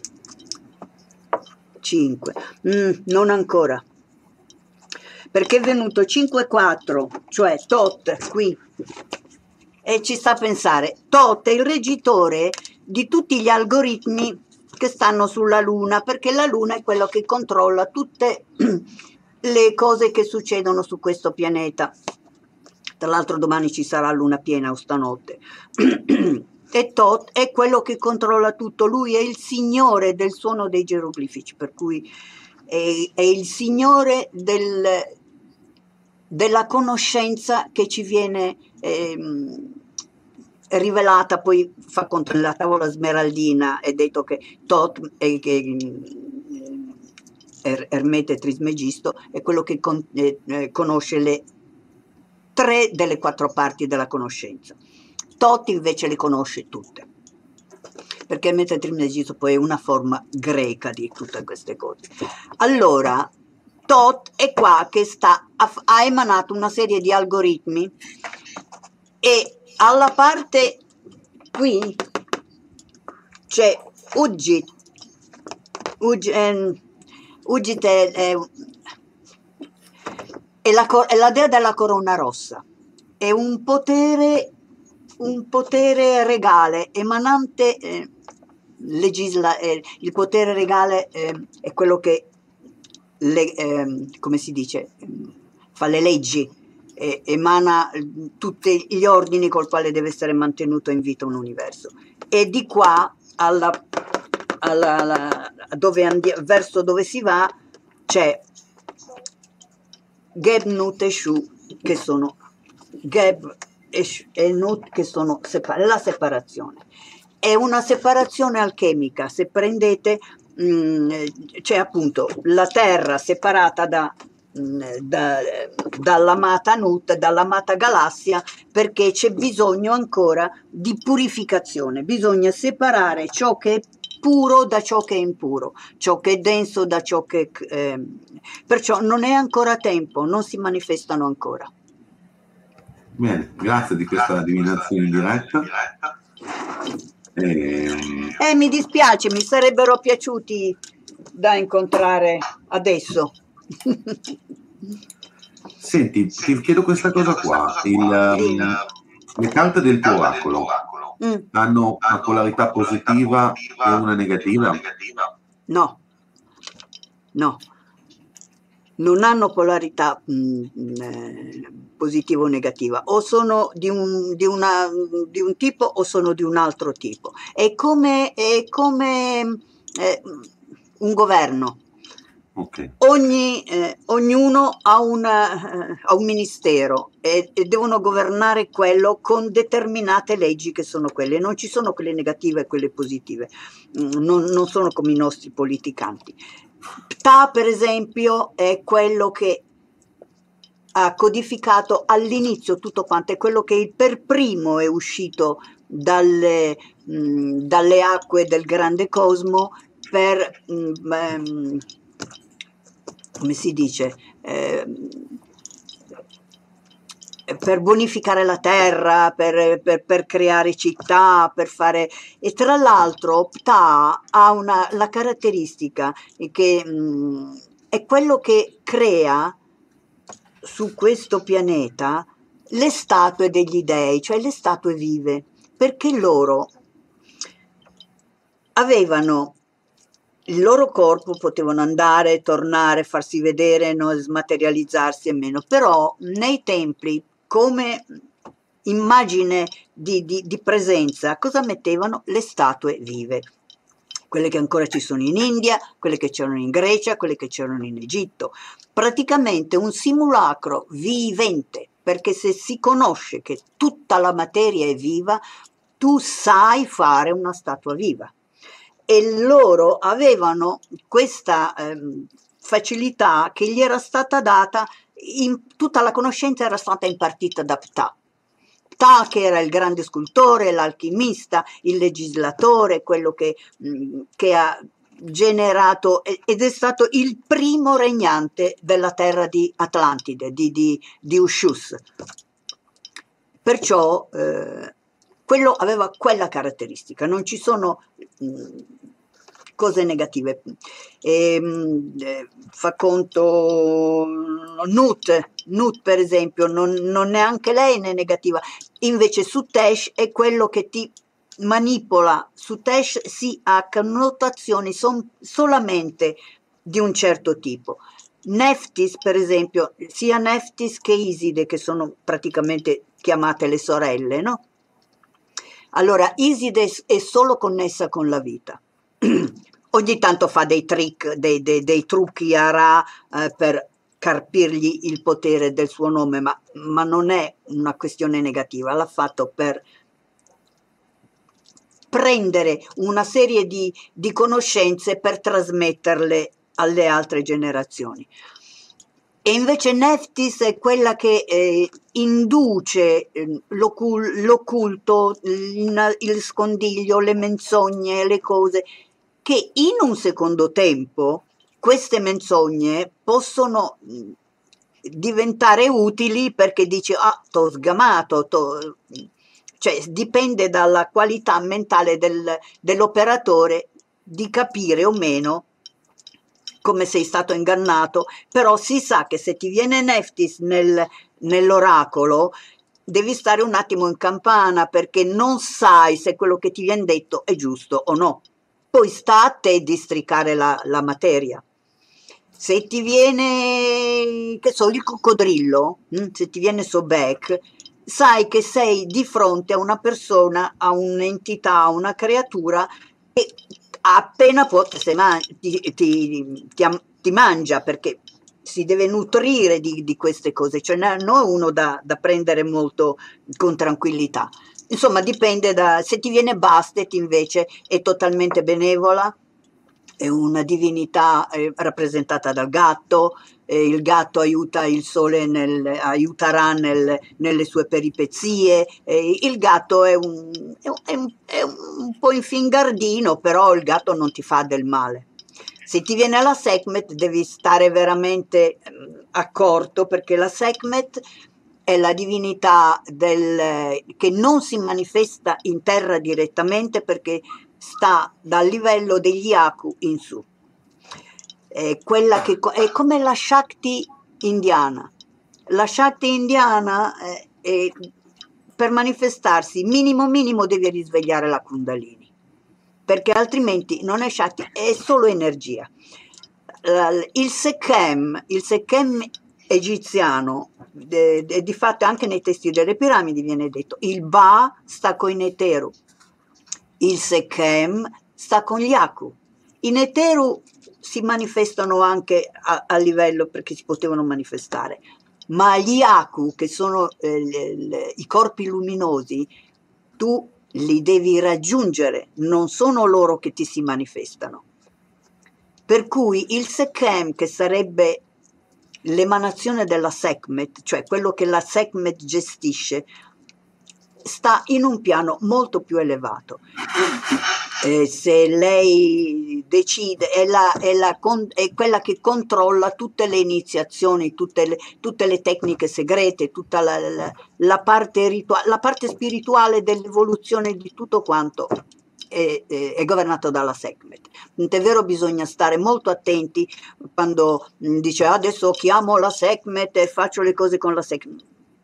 cinque. Mm, non ancora. Perché è venuto cinque quattro, cioè tot qui, e ci sta a pensare. Tot è il reggitore di tutti gli algoritmi che stanno sulla Luna, perché la Luna è quello che controlla tutte le cose che succedono su questo pianeta. Tra l'altro domani ci sarà luna piena o stanotte. E Tot è quello che controlla tutto, lui è il signore del suono dei geroglifici, per cui è, è il signore del, della conoscenza che ci viene ehm, rivelata, poi fa conto nella tavola smeraldina, è detto che Tot è che er, Ermete Trismegisto è quello che con, eh, conosce le tre delle quattro parti della conoscenza. Tot invece le conosce tutte, perché Ermete Trismegisto poi è una forma greca di tutte queste cose. Allora, Tot è qua che sta, ha, ha emanato una serie di algoritmi e alla parte qui c'è Ugit. Ugit, eh, Ugit è, è, è, la, è la dea della corona rossa. È un potere, un potere regale, emanante, eh, legisla, eh, il potere regale eh, è quello che, le, eh, come si dice, fa le leggi, eh, emana tutti gli ordini col quale deve essere mantenuto in vita un universo. E di qua alla, alla, alla dove andiamo, verso dove si va, c'è Geb, Nut e Shu, che sono Geb e, e Nut, che sono separ- la separazione. È una separazione alchemica. Se prendete, mh, c'è appunto la Terra separata da, mh, da, dall'amata Nut, dall'amata galassia, perché c'è bisogno ancora di purificazione. Bisogna separare ciò che è puro da ciò che è impuro, ciò che è denso da ciò che... Eh, perciò non è ancora tempo, non si manifestano ancora. Bene, grazie di questa divinazione in diretta. E... Eh, mi dispiace, mi sarebbero piaciuti da incontrare adesso. Senti, ti chiedo questa cosa qua. Il, um, le carte del tuo oracolo Mm. hanno una polarità positiva e una negativa? No, no, non hanno polarità mh, eh, positiva o negativa, o sono di un, di, una, di un tipo o sono di un altro tipo. È come, è come eh, un governo. Okay. Ogni, eh, ognuno ha, una, eh, ha un ministero e, e devono governare quello con determinate leggi che sono quelle. Non ci sono quelle negative e quelle positive, mm, non, non sono come i nostri politicanti. Ptah, per esempio, è quello che ha codificato all'inizio tutto quanto, è quello che per primo è uscito dalle, mh, dalle acque del grande cosmo per... Mh, ehm, come si dice, eh, per bonificare la terra, per, per, per creare città, per fare... E tra l'altro Ptah ha una, la caratteristica che mh, è quello che crea su questo pianeta le statue degli dei, cioè le statue vive, perché loro avevano... il loro corpo, potevano andare, tornare, farsi vedere, no, smaterializzarsi e meno, però nei templi come immagine di, di, di presenza cosa mettevano? Le statue vive, quelle che ancora ci sono in India, quelle che c'erano in Grecia, quelle che c'erano in Egitto, praticamente un simulacro vivente, perché se si conosce che tutta la materia è viva, tu sai fare una statua viva. E loro avevano questa ehm, facilità che gli era stata data, in, tutta la conoscenza era stata impartita da Ptah. Ptah, che era il grande scultore, l'alchimista, il legislatore, quello che, mh, che ha generato ed è stato il primo regnante della terra di Atlantide, di, di, di Ushus. Perciò eh, quello aveva quella caratteristica, non ci sono mh, cose negative. E, mh, eh, fa conto Nut, Nut per esempio, non, non neanche lei è negativa, invece Sutesh è quello che ti manipola. Sutesh si ha connotazioni son, solamente di un certo tipo. Neftis per esempio, sia Neftis che Iside, che sono praticamente chiamate le sorelle, no? Allora Iside è solo connessa con la vita. Ogni tanto fa dei trick, dei, dei, dei trucchi a Ra eh, per carpirgli il potere del suo nome, ma, ma non è una questione negativa, l'ha fatto per prendere una serie di, di conoscenze per trasmetterle alle altre generazioni. E invece Neftis è quella che eh, induce eh, l'occulto, il, il scondiglio, le menzogne, le cose, che in un secondo tempo queste menzogne possono diventare utili perché dici, ah, t'ho sgamato, t'ho... cioè dipende dalla qualità mentale del, dell'operatore di capire o meno come sei stato ingannato, però si sa che se ti viene Neftis nel, nell'oracolo devi stare un attimo in campana perché non sai se quello che ti viene detto è giusto o no. Poi sta a te districare la, la materia. Se ti viene, che so, il coccodrillo, se ti viene Sobek, sai che sei di fronte a una persona, a un'entità, a una creatura che appena può ti, ti, ti, ti mangia, perché si deve nutrire di, di queste cose, cioè non è uno da, da prendere molto con tranquillità. Insomma, dipende da... se ti viene Bastet invece è totalmente benevola, è una divinità eh, rappresentata dal gatto, eh, il gatto aiuta il sole, nel, aiuterà nel, nelle sue peripezie, eh, il gatto è un, è, un, è, un, è un po' infingardino, però il gatto non ti fa del male. Se ti viene la Sekhmet devi stare veramente eh, accorto, perché la Sekhmet è la divinità del, che non si manifesta in terra direttamente, perché sta dal livello degli Aku in su. È, quella che, è come la Shakti indiana. La Shakti indiana è, è, per manifestarsi minimo minimo devi risvegliare la Kundalini, perché altrimenti non è Shakti, è solo energia. Il Sekhem, il Sekhem egiziano, e di fatto anche nei testi delle piramidi viene detto, il Ba sta con i Neteru, il Sekhem sta con gli Aku. I Neteru si manifestano anche a, a livello, perché si potevano manifestare, ma gli Aku, che sono eh, le, le, i corpi luminosi, tu li devi raggiungere, non sono loro che ti si manifestano. Per cui il Sekhem, che sarebbe l'emanazione della Sekhmet, cioè quello che la Sekhmet gestisce, sta in un piano molto più elevato. Eh, se lei decide, è, la, è, la, è quella che controlla tutte le iniziazioni, tutte le, tutte le tecniche segrete, tutta la, la, la, parte rituale, la parte spirituale dell'evoluzione di tutto quanto è, è, è governato dalla Sekhmet. È vero, bisogna stare molto attenti quando dice adesso chiamo la Sekhmet e faccio le cose con la Sekhmet.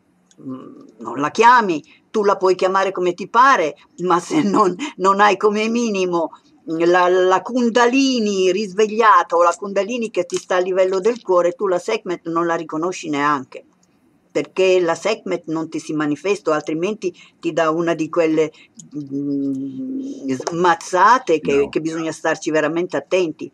Non la chiami, tu la puoi chiamare come ti pare, ma se non, non hai come minimo la, la Kundalini risvegliata o la Kundalini che ti sta a livello del cuore, tu la Sekhmet non la riconosci neanche, perché la Sekhmet non ti si manifesta, altrimenti ti dà una di quelle mh, smazzate che, no. che bisogna starci veramente attenti.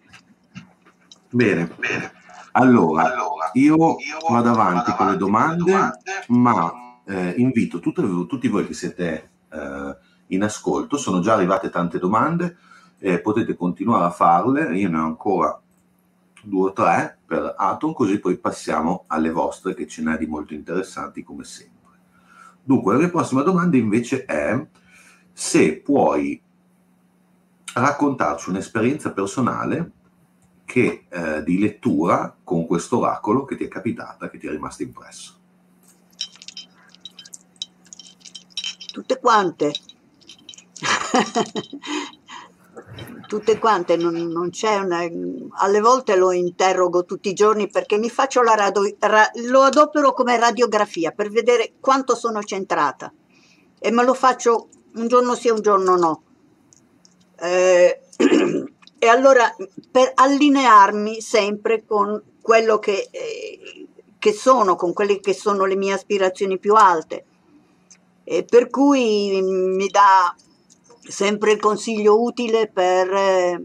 Bene, bene. Allora, allora io, io vado avanti, avanti con le domande, domande ma eh, invito tutti, tutti voi che siete eh, in ascolto, sono già arrivate tante domande, eh, potete continuare a farle, io ne ho ancora due o tre per Aton, così poi passiamo alle vostre, che ce n'è di molto interessanti come sempre. Dunque, la prossima domanda invece è se puoi raccontarci un'esperienza personale che eh, di lettura con questo oracolo che ti è capitata, che ti è rimasto impresso. Tutte quante. Tutte quante, non, non c'è una... Alle volte lo interrogo tutti i giorni perché mi faccio la radio, ra, lo adopero come radiografia per vedere quanto sono centrata, e me lo faccio un giorno sì, un giorno no. Eh, E allora per allinearmi sempre con quello che, eh, che sono, con quelle che sono le mie aspirazioni più alte. E per cui mi dà sempre il consiglio utile per, eh,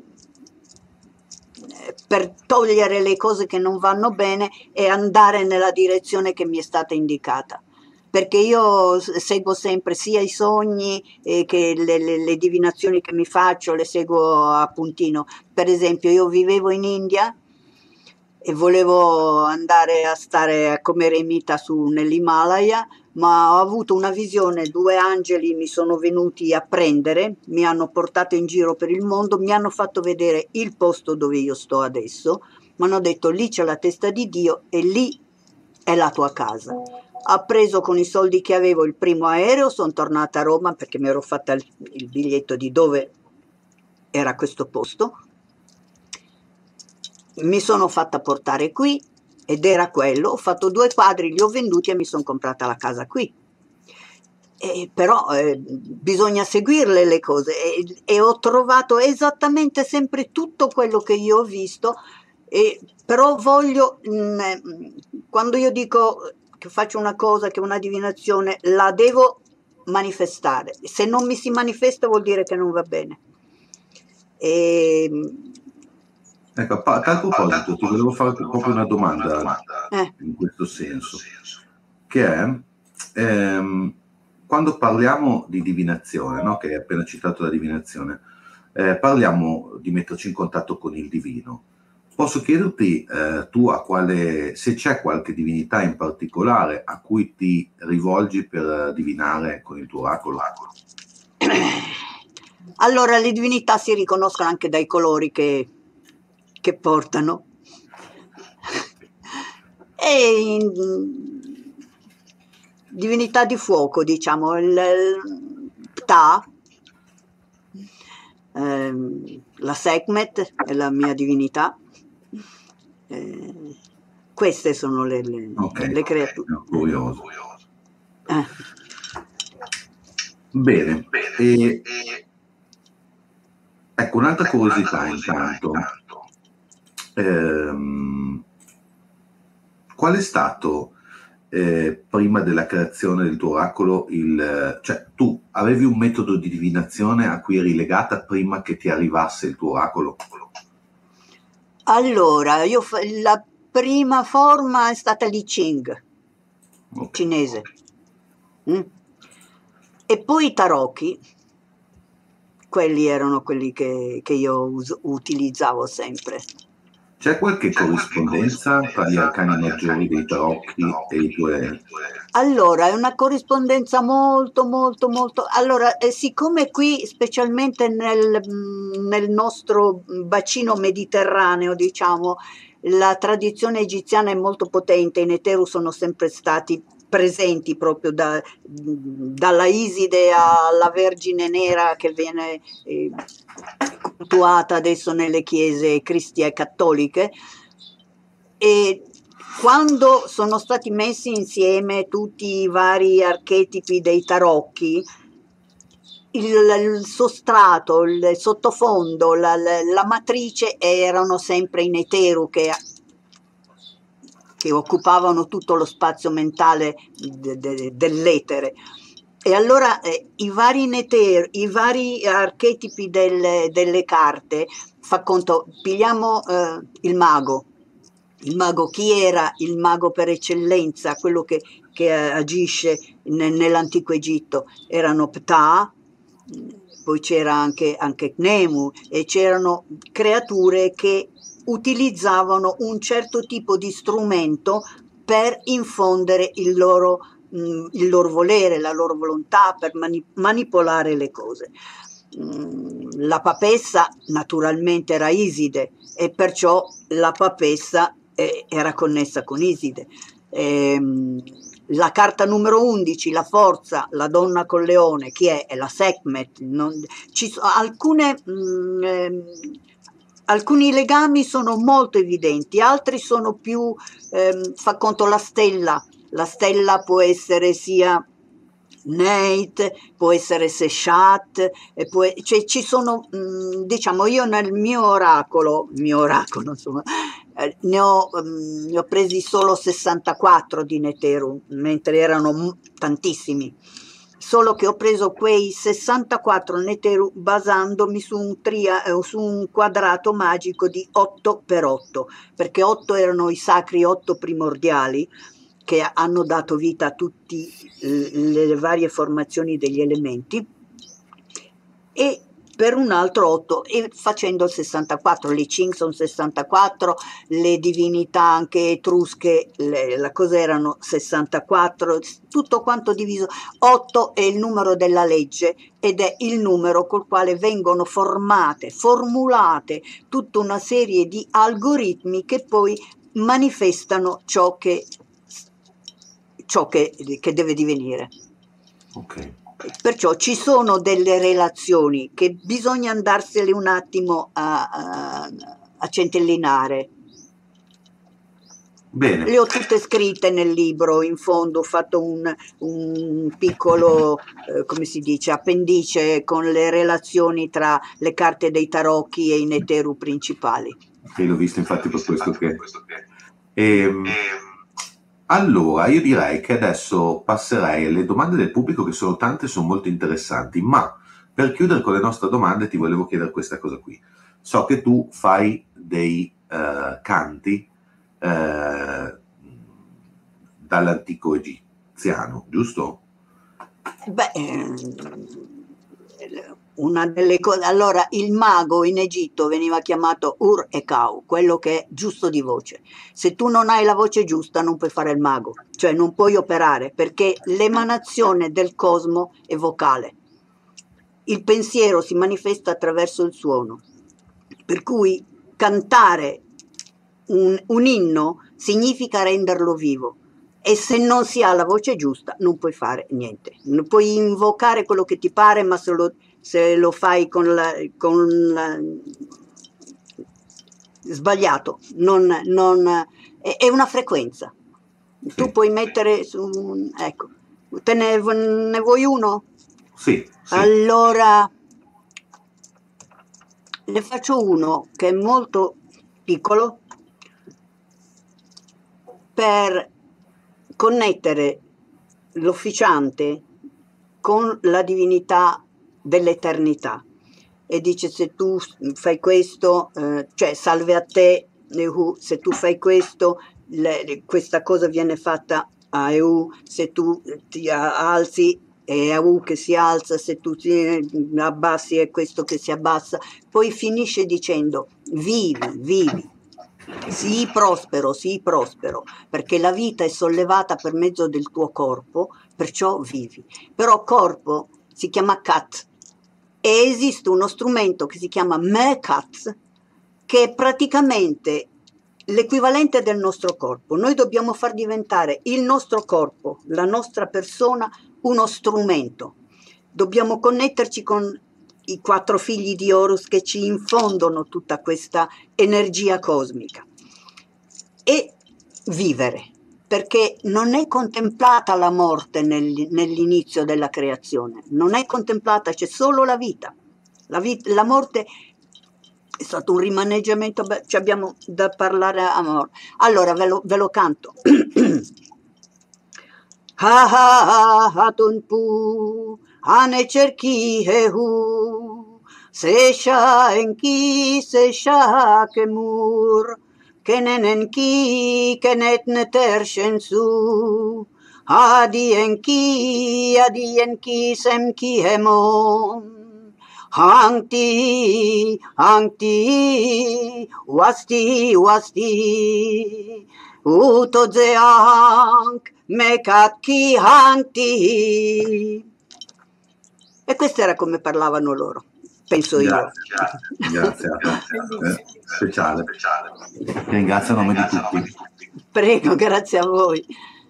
per togliere le cose che non vanno bene e andare nella direzione che mi è stata indicata. Perché io seguo sempre sia i sogni eh, che le, le, le divinazioni che mi faccio, le seguo a puntino. Per esempio, io vivevo in India e volevo andare a stare come eremita su nell'Himalaya, ma ho avuto una visione, due angeli mi sono venuti a prendere, mi hanno portato in giro per il mondo, mi hanno fatto vedere il posto dove io sto adesso, mi hanno detto lì c'è la testa di Dio e lì è la tua casa. Ho preso con i soldi che avevo il primo aereo, sono tornata a Roma perché mi ero fatta il, il biglietto di dove era questo posto, mi sono fatta portare qui ed era quello, ho fatto due quadri, li ho venduti e mi sono comprata la casa qui. E però eh, bisogna seguirle le cose e, e ho trovato esattamente sempre tutto quello che io ho visto, e, però voglio, mh, quando io dico che faccio una cosa, che una divinazione, la devo manifestare. Se non mi si manifesta vuol dire che non va bene. E... Ecco, a tal proposito ti volevo fare proprio una domanda eh. in questo senso, che è ehm, quando parliamo di divinazione, no? Che hai appena citato la divinazione, eh, parliamo di metterci in contatto con il divino. Posso chiederti eh, tu a quale, se c'è qualche divinità in particolare a cui ti rivolgi per divinare con il tuo oracolo? Allora, le divinità si riconoscono anche dai colori che, che portano. E in, divinità di fuoco, diciamo, il, il Ptah, ehm, la Sekhmet è la mia divinità. Eh, queste sono le, le, Ok, le creature. no, curioso. Eh. Bene, e, ecco un'altra curiosità intanto. Ehm, qual è stato eh, prima della creazione del tuo oracolo il, cioè tu avevi un metodo di divinazione a cui eri legata prima che ti arrivasse il tuo oracolo? Allora, io fa- la prima forma è stata l'I Ching, Ok. cinese. Mm. E poi i tarocchi, quelli erano quelli che, che io us- utilizzavo sempre. C'è qualche corrispondenza tra gli arcani maggiori dei tarocchi e i tuoi? Allora, è una corrispondenza molto, molto, molto... Allora, eh, siccome qui, specialmente nel, mm, nel nostro bacino mediterraneo, diciamo, la tradizione egiziana è molto potente, i Neteru sono sempre stati presenti proprio da- dalla Iside alla Vergine Nera che viene eh, cultuata adesso nelle chiese cristiane cattoliche. E quando sono stati messi insieme tutti i vari archetipi dei tarocchi, il, il sostrato, il sottofondo, la, la- la matrice erano sempre i Neteru che, che occupavano tutto lo spazio mentale de- de- dell'etere. E allora eh, i vari Neteru, i vari archetipi delle, delle carte, fa conto, pigliamo eh, il mago. Il mago, chi era il mago per eccellenza, quello che, che agisce ne- nell'antico Egitto? Erano Ptah, poi c'era anche, anche Cnemu e c'erano creature che utilizzavano un certo tipo di strumento per infondere il loro, mh, il loro volere, la loro volontà, per mani- manipolare le cose. Mm, La papessa naturalmente era Iside e perciò la papessa eh, era connessa con Iside. Ehm, la carta numero undici, la forza, la donna col leone, chi è? È la Sekhmet. Non, ci so- alcune, mm, ehm, alcuni legami sono molto evidenti, altri sono più, ehm, fa conto la stella. La stella può essere sia Nate, può essere Seshat, e può- cioè ci sono, mh, diciamo, io nel mio oracolo, il mio oracolo, insomma, eh, ne ho, mh, ne ho presi solo sessantaquattro di Neteru, mentre erano m- tantissimi. Solo che ho preso quei sessantaquattro Neteru basandomi su un, tria- eh, su un quadrato magico di otto per otto, perché otto erano i sacri otto primordiali che hanno dato vita a tutte le varie formazioni degli elementi, e per un altro otto, e facendo il sessantaquattro, le Qing sono sessantaquattro, le divinità anche etrusche, le, la cosa erano sessantaquattro, tutto quanto diviso. otto è il numero della legge ed è il numero col quale vengono formate, formulate tutta una serie di algoritmi che poi manifestano ciò che, ciò che, che deve divenire. Ok. Perciò ci sono delle relazioni che bisogna andarsene un attimo a, a, a centellinare. Bene. Le ho tutte scritte nel libro, in fondo ho fatto un, un piccolo, eh, come si dice, appendice con le relazioni tra le carte dei tarocchi e i Neteru principali. Sì, l'ho visto infatti per questo che... Ehm, allora, io direi che adesso passerei alle domande del pubblico, che sono tante, sono molto interessanti, ma per chiudere con le nostre domande ti volevo chiedere questa cosa qui. So che tu fai dei eh, canti eh, dall'antico egiziano, giusto? Beh, eh, Una delle cose, allora il mago in Egitto veniva chiamato Ur e Kau, quello che è giusto di voce. Se tu non hai la voce giusta non puoi fare il mago, cioè non puoi operare, perché l'emanazione del cosmo è vocale. Il pensiero si manifesta attraverso il suono, per cui cantare un, un inno significa renderlo vivo. E se non si ha la voce giusta non puoi fare niente. Non puoi invocare quello che ti pare, ma se lo, se lo fai con la, con la, sbagliato, non, non, è, è una frequenza. Sì. Tu puoi mettere su... Ecco, te ne, ne vuoi uno? Sì, sì. Allora, ne faccio uno che è molto piccolo per connettere l'officiante con la divinità dell'eternità. E dice: se tu fai questo, eh, cioè salve a te, Ehu, se tu fai questo, le, questa cosa viene fatta a Ehu, se tu ti alzi è Ehu che si alza, se tu ti abbassi è questo che si abbassa. Poi finisce dicendo: vivi, vivi. Sii prospero, sii prospero, perché la vita è sollevata per mezzo del tuo corpo, perciò vivi. Però corpo si chiama Kat e esiste uno strumento che si chiama Mekat, che è praticamente l'equivalente del nostro corpo. Noi dobbiamo far diventare il nostro corpo, la nostra persona, uno strumento. Dobbiamo connetterci con i quattro figli di Horus che ci infondono tutta questa energia cosmica e vivere, perché non è contemplata la morte nel, nell'inizio della creazione, non è contemplata, c'è solo la vita. La, vita, la morte è stato un rimaneggiamento, beh, ci abbiamo da parlare a morte. Allora ve lo, ve lo canto. Ha ha ha hatun pu ane cerchi hehu sesha enki sesha kemur kenenen ki kenet neter shensu adi enki adi enki semki hemon hangti hangti wasti wasti uto zeank Mekat ki hanti. E questo era come parlavano loro, penso io. Grazie, grazie a te. Eh, speciale, speciale. Ringrazio a nome di tutti. Prego, grazie a voi.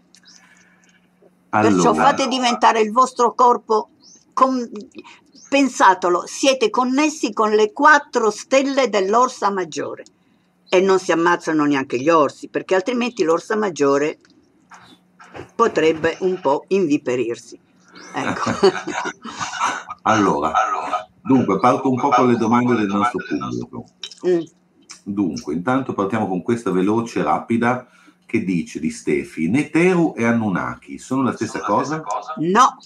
Allora. Perciò fate diventare il vostro corpo, con, pensatelo, siete connessi con le quattro stelle dell'Orsa Maggiore e non si ammazzano neanche gli orsi, perché altrimenti l'Orsa Maggiore potrebbe un po' inviperirsi. Ecco. allora, dunque parto un po' con le domande del nostro pubblico. Mm. Dunque, intanto partiamo con questa veloce, rapida, che dice di Stefi: Neteru e Anunnaki sono la stessa cosa? No,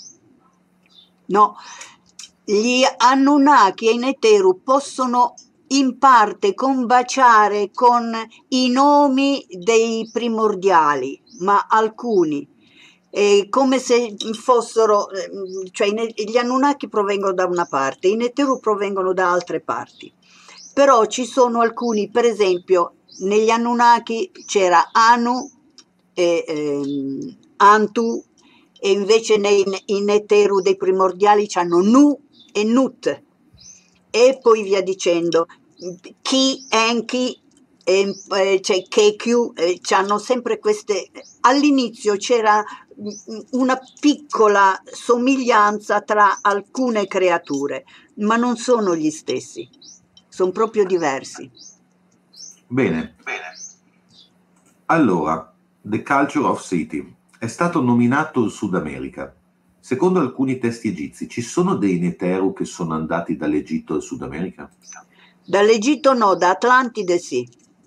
no. Gli Anunnaki e i Neteru possono in parte combaciare con i nomi dei primordiali, ma alcuni, eh, come se fossero, cioè gli Anunnaki provengono da una parte, i Neteru provengono da altre parti, però ci sono alcuni, per esempio negli Anunnaki c'era Anu e ehm, Antu, e invece nei, nei Neteru dei primordiali c'hanno Nu e Nut, e poi via dicendo. Chi, Enki, eh, cioè Kekyu, eh, hanno sempre queste. All'inizio c'era una piccola somiglianza tra alcune creature, ma non sono gli stessi, sono proprio diversi. Bene, bene. Allora, The Culture of City è stato nominato il Sud America. Secondo alcuni testi egizi, ci sono dei Neteru che sono andati dall'Egitto al Sud America? Dall'Egitto no, da Atlantide sì.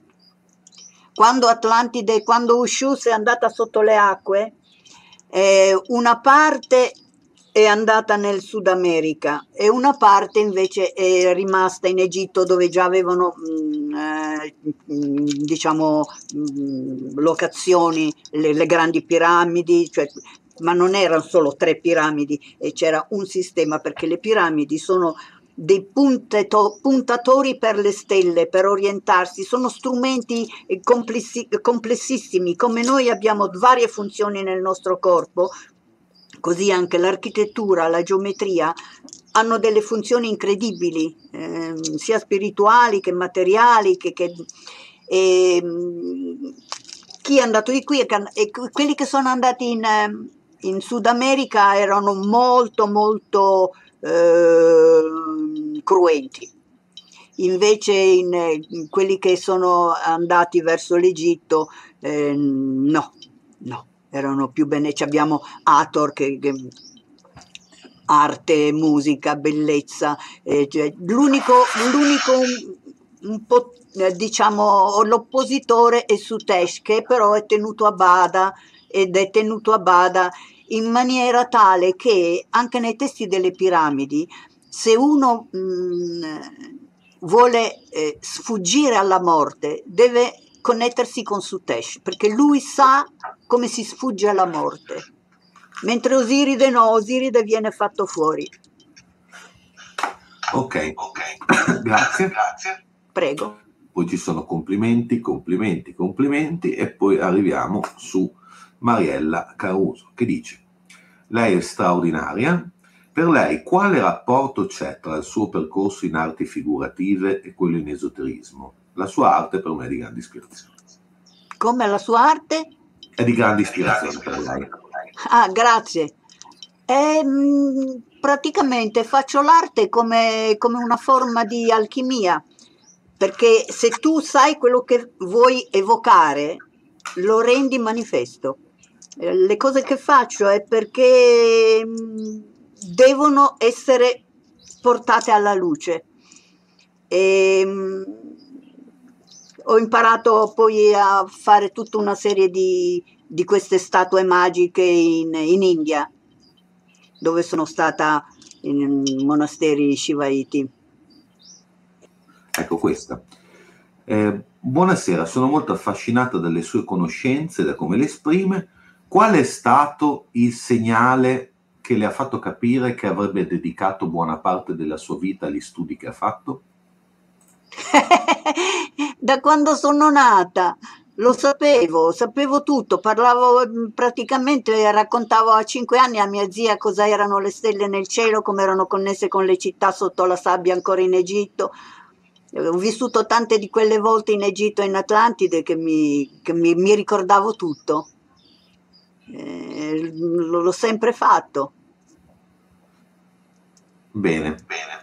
Quando Atlantide, quando Ushus è andata sotto le acque, eh, una parte è andata nel Sud America e una parte invece è rimasta in Egitto, dove già avevano mh, eh, diciamo mh, locazioni, le, le grandi piramidi, cioè, ma non erano solo tre piramidi, e c'era un sistema, perché le piramidi sono dei punteto- puntatori per le stelle, per orientarsi, sono strumenti eh, complessi- complessissimi, come noi abbiamo varie funzioni nel nostro corpo, così anche l'architettura, la geometria hanno delle funzioni incredibili, ehm, sia spirituali che materiali, che, che- e, mm, chi è andato di qui e, che- e quelli che sono andati in, ehm, in Sud America erano molto molto eh, cruenti. Invece in, in quelli che sono andati verso l'Egitto, eh, no, no, erano più bene. Ci abbiamo Hathor che, che arte, musica, bellezza. eh, cioè, l'unico, l'unico un, un po' eh, diciamo l'oppositore è Sutesh, che però è tenuto a bada ed è tenuto a bada in maniera tale che anche nei testi delle piramidi, se uno mh, vuole eh, sfuggire alla morte, deve connettersi con Sutesh, perché lui sa come si sfugge alla morte. Mentre Osiride no, Osiride viene fatto fuori. Ok, grazie. Prego. Poi ci sono complimenti, complimenti, complimenti e poi arriviamo su Mariella Caruso che dice: lei è straordinaria. Per lei quale rapporto c'è tra il suo percorso in arti figurative e quello in esoterismo? La sua arte per me è di grande ispirazione. Come la sua arte? È di grande ispirazione per lei. Ah, grazie. E, mh, praticamente faccio l'arte come, come una forma di alchimia, perché se tu sai quello che vuoi evocare, lo rendi manifesto. Eh, Le cose che faccio è perché mh, devono essere portate alla luce. E, mh, ho imparato poi a fare tutta una serie di, di queste statue magiche in, in India, dove sono stata in monasteri shivaiti. Ecco questa. Eh, buonasera, sono molto affascinata dalle sue conoscenze, da come le esprime. Qual è stato il segnale che le ha fatto capire che avrebbe dedicato buona parte della sua vita agli studi che ha fatto? Da quando sono nata, lo sapevo, sapevo tutto, parlavo mm, praticamente, raccontavo a cinque anni a mia zia cosa erano le stelle nel cielo, come erano connesse con le città sotto la sabbia ancora in Egitto. Eh, Ho vissuto tante di quelle volte in Egitto e in Atlantide che mi, che mi- mi ricordavo tutto. Eh, l- l'ho sempre fatto. Bene,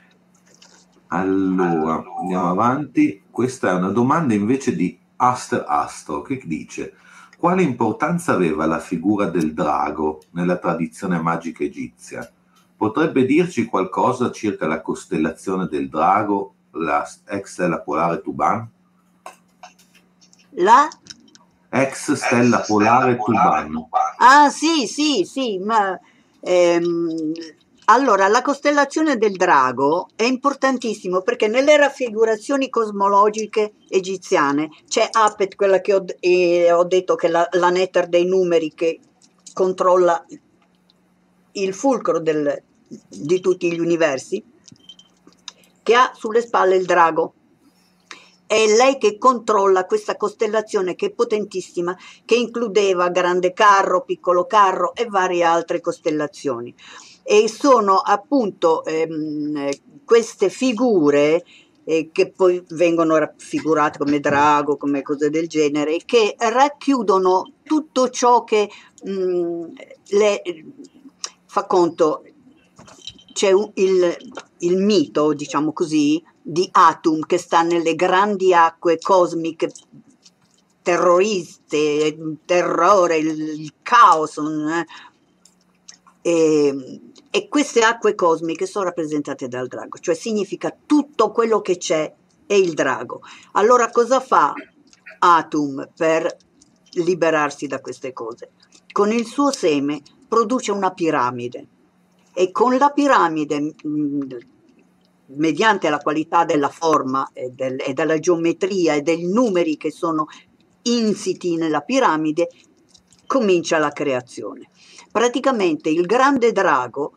allora andiamo avanti. Questa è una domanda invece di Aster Astro che dice: quale importanza aveva la figura del drago nella tradizione magica egizia? Potrebbe dirci qualcosa circa la costellazione del drago, la ex stella polare Tuban? La? Ex stella polare Tuban. Ah, sì, sì, sì, ma ehm, allora la costellazione del drago è importantissimo perché nelle raffigurazioni cosmologiche egiziane c'è Apet, quella che ho, eh, ho detto che è la, la netter dei numeri che controlla il fulcro del- di tutti gli universi, che ha sulle spalle il drago. È lei che controlla questa costellazione che è potentissima, che includeva Grande Carro, Piccolo Carro e varie altre costellazioni. E sono appunto ehm, queste figure eh, che poi vengono raffigurate come drago, come cose del genere, che racchiudono tutto ciò che mh, le, fa conto. C'è un- il, il mito, diciamo così, di Atum che sta nelle grandi acque cosmiche terroriste, il terrore, il, il caos. eh. E, e queste acque cosmiche sono rappresentate dal drago, cioè significa tutto quello che c'è è il drago. Allora cosa fa Atum per liberarsi da queste cose? Con il suo seme produce una piramide e con la piramide, mh, mediante la qualità della forma e, del, e della geometria e dei numeri che sono insiti nella piramide, comincia la creazione. Praticamente il grande drago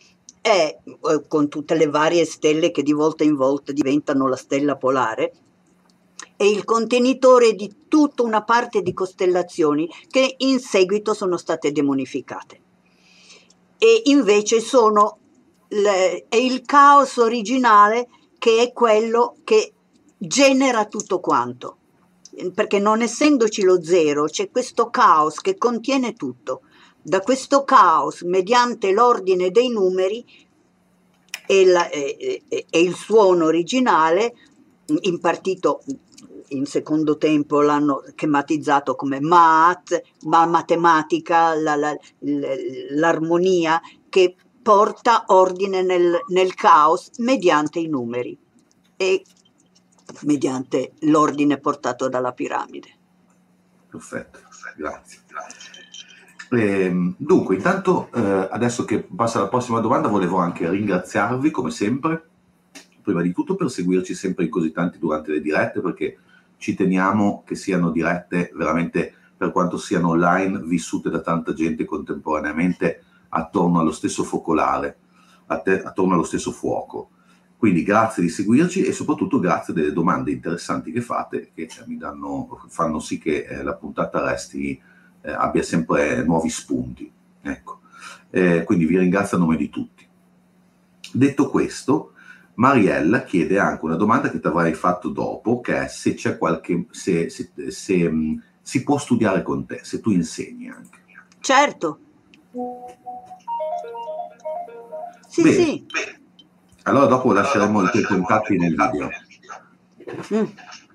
è, eh, con tutte le varie stelle che di volta in volta diventano la stella polare, è il contenitore di tutta una parte di costellazioni che in seguito sono state demonificate. E invece sono le, è il caos originale, che è quello che genera tutto quanto, perché non essendoci lo zero c'è questo caos che contiene tutto. Da questo caos, mediante l'ordine dei numeri e, la, e, e, e il suono originale, impartito in secondo tempo l'hanno schematizzato come math, ma matematica, la, la, l'armonia che porta ordine nel, nel caos mediante i numeri e mediante l'ordine portato dalla piramide. Perfetto, grazie. Eh, dunque, intanto eh, adesso che passa la prossima domanda, volevo anche ringraziarvi come sempre, prima di tutto per seguirci sempre in così tanti durante le dirette, perché ci teniamo che siano dirette veramente, per quanto siano online, vissute da tanta gente contemporaneamente attorno allo stesso focolare, attorno allo stesso fuoco. Quindi grazie di seguirci e soprattutto grazie delle domande interessanti che fate, che mi danno, fanno sì che eh, la puntata resti, eh, abbia sempre nuovi spunti. Ecco. Eh, quindi vi ringrazio a nome di tutti. Detto questo, Mariella chiede anche una domanda che ti avrei fatto dopo, che è se c'è qualche, se, se, se um, si può studiare con te, se tu insegni anche. Certo. Sì, bene, sì. Bene. Allora dopo lasceremo i tuoi contatti nel video. Mm.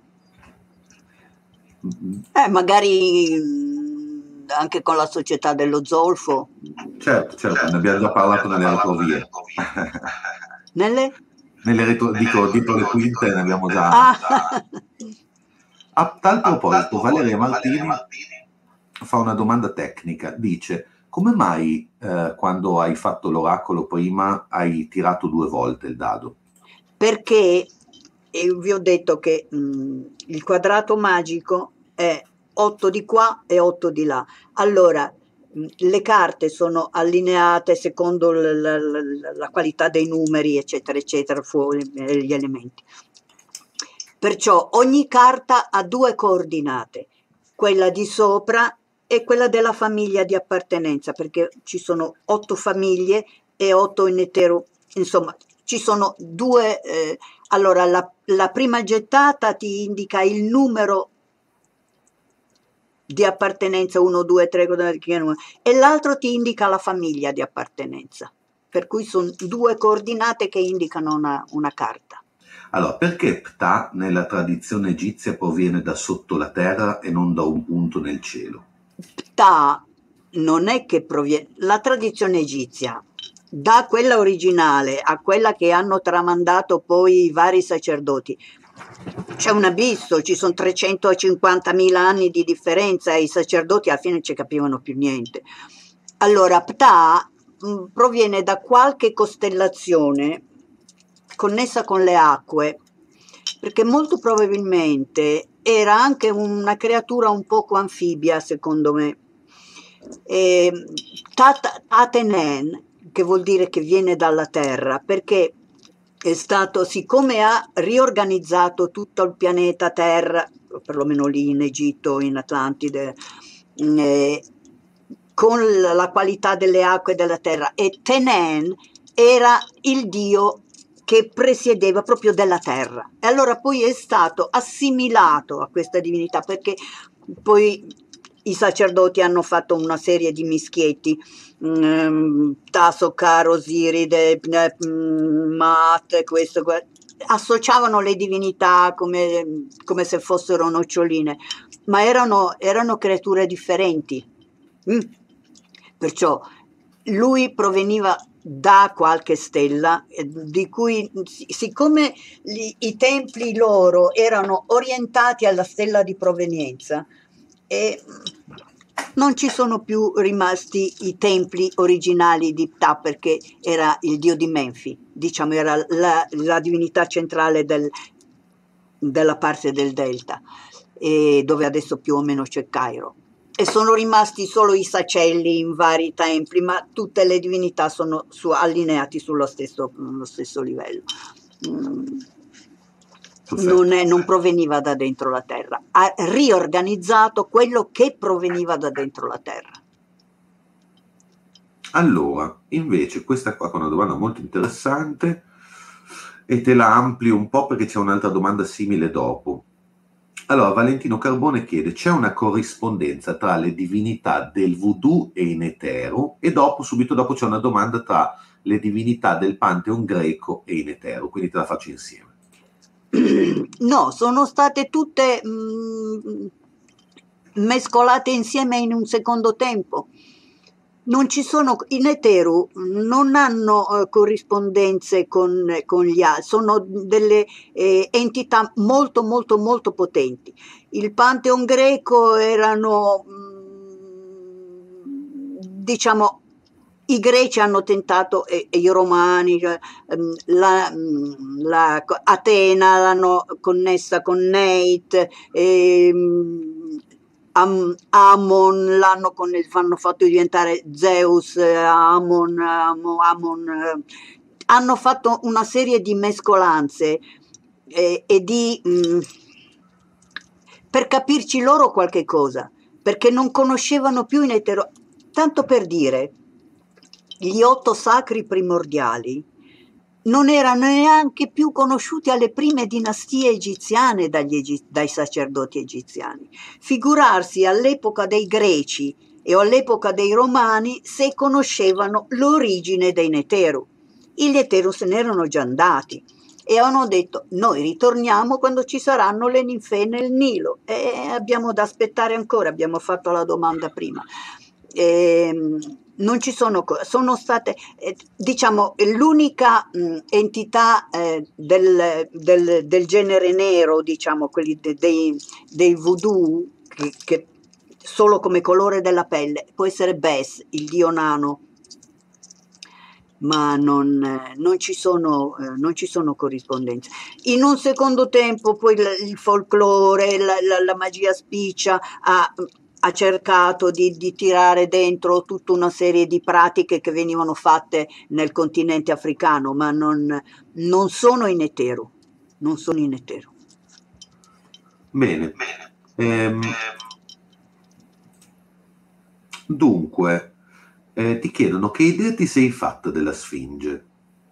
Eh, magari anche con la Società dello Zolfo. Certo, certo, ne abbiamo già parlato nelle retrovie. Nelle? Nelle retro, dico, dietro le quinte ne abbiamo già... Ah. A tal proposito, Valeria Martini fa una domanda tecnica, dice: come mai eh, quando hai fatto l'oracolo prima hai tirato due volte il dado? Perché eh, vi ho detto che mh, il quadrato magico è otto di qua e otto di là. Allora, mh, le carte sono allineate secondo la, la, la, la qualità dei numeri, eccetera, eccetera, fuori gli elementi. Perciò ogni carta ha due coordinate, quella di sopra e quella della famiglia di appartenenza, perché ci sono otto famiglie e otto in etero, insomma, ci sono due. Eh, allora, la, la prima gettata ti indica il numero di appartenenza, uno, due, tre, e l'altro ti indica la famiglia di appartenenza, per cui sono due coordinate che indicano una, una carta. Allora, perché Ptah nella tradizione egizia proviene da sotto la terra e non da un punto nel cielo? Ptah non è che proviene... La tradizione egizia, da quella originale a quella che hanno tramandato poi i vari sacerdoti, c'è un abisso, ci sono trecentocinquantamila anni di differenza e i sacerdoti alla fine non ci capivano più niente. Allora, Ptah mh, proviene da qualche costellazione connessa con le acque, perché molto probabilmente era anche una creatura un poco anfibia, secondo me. E, tat, Tatenen, che vuol dire che viene dalla terra, perché è stato, siccome ha riorganizzato tutto il pianeta Terra, perlomeno lì in Egitto, in Atlantide, eh, con la qualità delle acque della terra, e Tenen era il dio che presiedeva proprio della terra, e allora poi è stato assimilato a questa divinità, perché poi i sacerdoti hanno fatto una serie di mischietti, um, Tasokar, Osiride, Mat, questo, questo, associavano le divinità come, come se fossero noccioline, ma erano, erano creature differenti. Mm. Perciò lui proveniva da qualche stella, di cui, siccome gli, i templi loro erano orientati alla stella di provenienza, e non ci sono più rimasti i templi originali di Ptah, perché era il dio di Menfi, diciamo, era la, la divinità centrale del, della parte del delta, e dove adesso più o meno c'è Cairo. e sono rimasti solo i sacelli in vari templi, ma tutte le divinità sono su, allineati sullo stesso, lo stesso livello. Mm. Non, è, non proveniva da dentro la terra, ha riorganizzato quello che proveniva da dentro la terra. Allora, invece, questa qua è una domanda molto interessante e te la amplio un po' perché c'è un'altra domanda simile dopo. Allora, Valentino Carbone chiede: c'è una corrispondenza tra le divinità del voodoo e in etero? E dopo, subito dopo, c'è una domanda tra le divinità del Pantheon greco e in etero, quindi te la faccio insieme. No, sono state tutte mh, mescolate insieme in un secondo tempo. Non ci sono, in Eteru non hanno eh, corrispondenze con, con gli altri, sono delle eh, entità molto molto molto potenti. Il Pantheon greco erano, mh, diciamo, i greci hanno tentato, e, e i romani, cioè, la, la Atena l'hanno connessa con Neit, e, Am, Amon l'hanno hanno fatto diventare Zeus, Amon, Amon, Amon, hanno fatto una serie di mescolanze eh, e di mh, per capirci loro qualche cosa, perché non conoscevano più in etero. Tanto per dire, gli otto sacri primordiali non erano neanche più conosciuti alle prime dinastie egiziane dagli egi- dai sacerdoti egiziani. Figurarsi all'epoca dei greci e all'epoca dei romani se conoscevano l'origine dei Neteru. I Neteru se n'erano già andati e hanno detto: noi ritorniamo quando ci saranno le ninfee nel Nilo, e abbiamo da aspettare ancora, abbiamo fatto la domanda prima. E, non ci sono, sono state, eh, diciamo, l'unica mh, entità eh, del, del, del genere nero, diciamo, quelli de, dei, dei voodoo, che, che solo come colore della pelle, può essere Bes, il dio nano, ma non, eh, non, ci sono, eh, non ci sono corrispondenze. In un secondo tempo poi il, il folklore, la, la, la magia spiccia ha... ha cercato di, di tirare dentro tutta una serie di pratiche che venivano fatte nel continente africano, ma non, non sono in etero, non sono in etero. Bene. Ehm, dunque, eh, ti chiedono che idea ti sei fatta della Sfinge?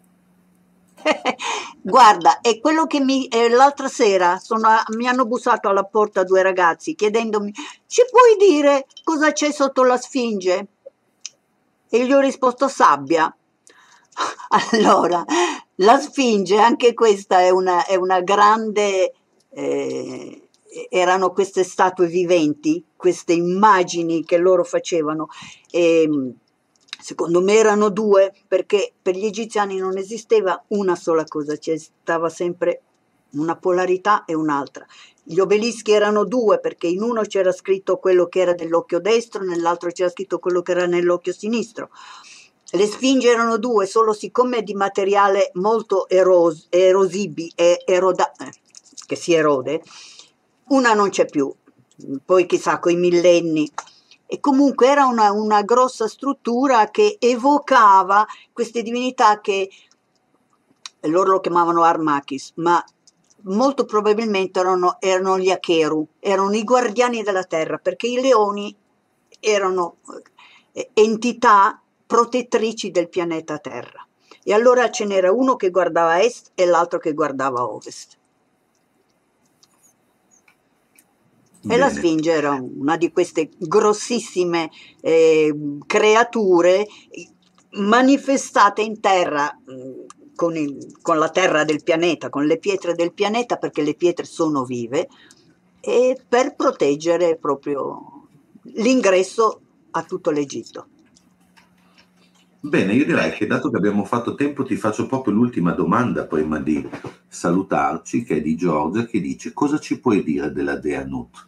Guarda, è quello che mi eh, l'altra sera sono, mi hanno bussato alla porta due ragazzi chiedendomi: ci puoi dire cosa c'è sotto la Sfinge? E gli ho risposto: sabbia. Allora, la Sfinge, anche questa è una, è una grande, eh, erano queste statue viventi, queste immagini che loro facevano. E, secondo me erano due, perché per gli egiziani non esisteva una sola cosa, c'è stava sempre una polarità e un'altra. Gli obelischi erano due, perché in uno c'era scritto quello che era dell'occhio destro, nell'altro c'era scritto quello che era nell'occhio sinistro. Le Sfinge erano due, solo siccome di materiale molto eros, erosibi e eroda, eh, che si erode, una non c'è più, poi chissà coi millenni. E comunque era una, una grossa struttura che evocava queste divinità che loro lo chiamavano Armakis, ma molto probabilmente erano, erano gli Acheru, erano i guardiani della terra, perché i leoni erano entità protettrici del pianeta Terra. E allora ce n'era uno che guardava a est e l'altro che guardava a ovest. E Bene. la Sfinge era una di queste grossissime eh, creature manifestate in terra, mh, con, il, con la terra del pianeta, con le pietre del pianeta, perché le pietre sono vive, e per proteggere proprio l'ingresso a tutto l'Egitto. Bene, io direi che dato che abbiamo fatto tempo ti faccio proprio l'ultima domanda prima di salutarci, che è di Giorgia, che dice: cosa ci puoi dire della dea Nut?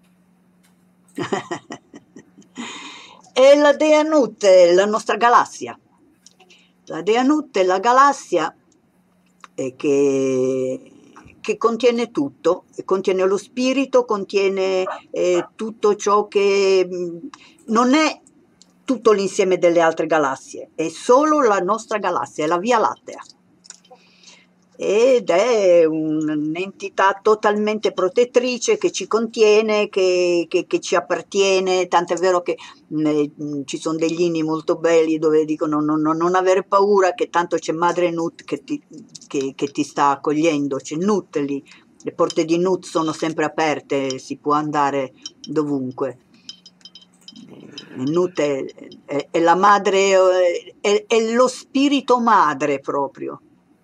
E la dea Nut è la nostra galassia. La dea Nut è la galassia eh, che, che contiene tutto, contiene lo spirito, contiene eh, tutto ciò che mh, non è tutto l'insieme delle altre galassie, è solo la nostra galassia, è la Via Lattea. Ed è un'entità totalmente protettrice che ci contiene, che, che, che ci appartiene, tant'è vero che ne, ci sono degli inni molto belli dove dicono non, non, non avere paura, che tanto c'è Madre Nut che ti, che, che ti sta accogliendo, c'è Nut lì, le porte di Nut sono sempre aperte, si può andare dovunque. Nut è, è, è la madre, è, è lo spirito madre proprio.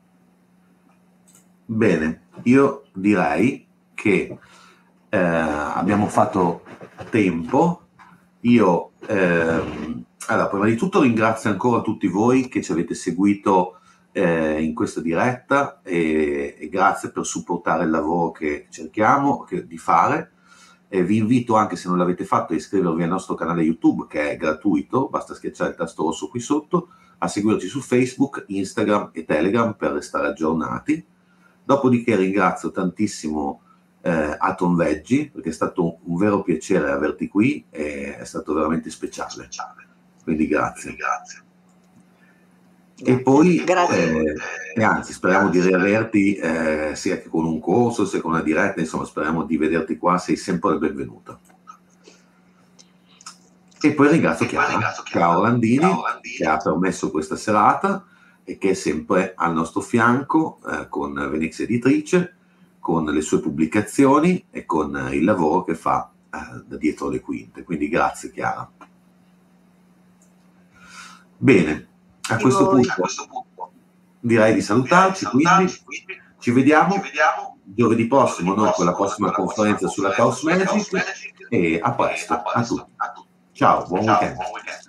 Bene, io direi che eh, abbiamo fatto tempo. Io, ehm, allora, prima di tutto ringrazio ancora tutti voi che ci avete seguito eh, in questa diretta e, e grazie per supportare il lavoro che cerchiamo che, di fare. E vi invito, anche se non l'avete fatto, a iscrivervi al nostro canale YouTube, che è gratuito, basta schiacciare il tasto rosso qui sotto, a seguirci su Facebook, Instagram e Telegram per restare aggiornati. Dopodiché ringrazio tantissimo eh, Atom Veggie, perché è stato un vero piacere averti qui, e è stato veramente speciale. Quindi grazie. Quindi grazie. E poi, eh, e anzi, speriamo di riaverti eh, sia che con un corso, sia con una diretta, insomma, speriamo di vederti qua, sei sempre il benvenuto. E poi ringrazio Chiara, Chiara Orlandini, che ha permesso questa serata e che è sempre al nostro fianco eh, con Venezia Editrice, con le sue pubblicazioni e con eh, il lavoro che fa eh, da dietro le quinte. Quindi grazie Chiara. Bene, a questo, punto, a questo punto direi di salutarci, quindi ci vediamo giovedì prossimo, noi con la prossima conferenza sulla Chaos Magic, e a presto a tutti. Ciao, buon weekend.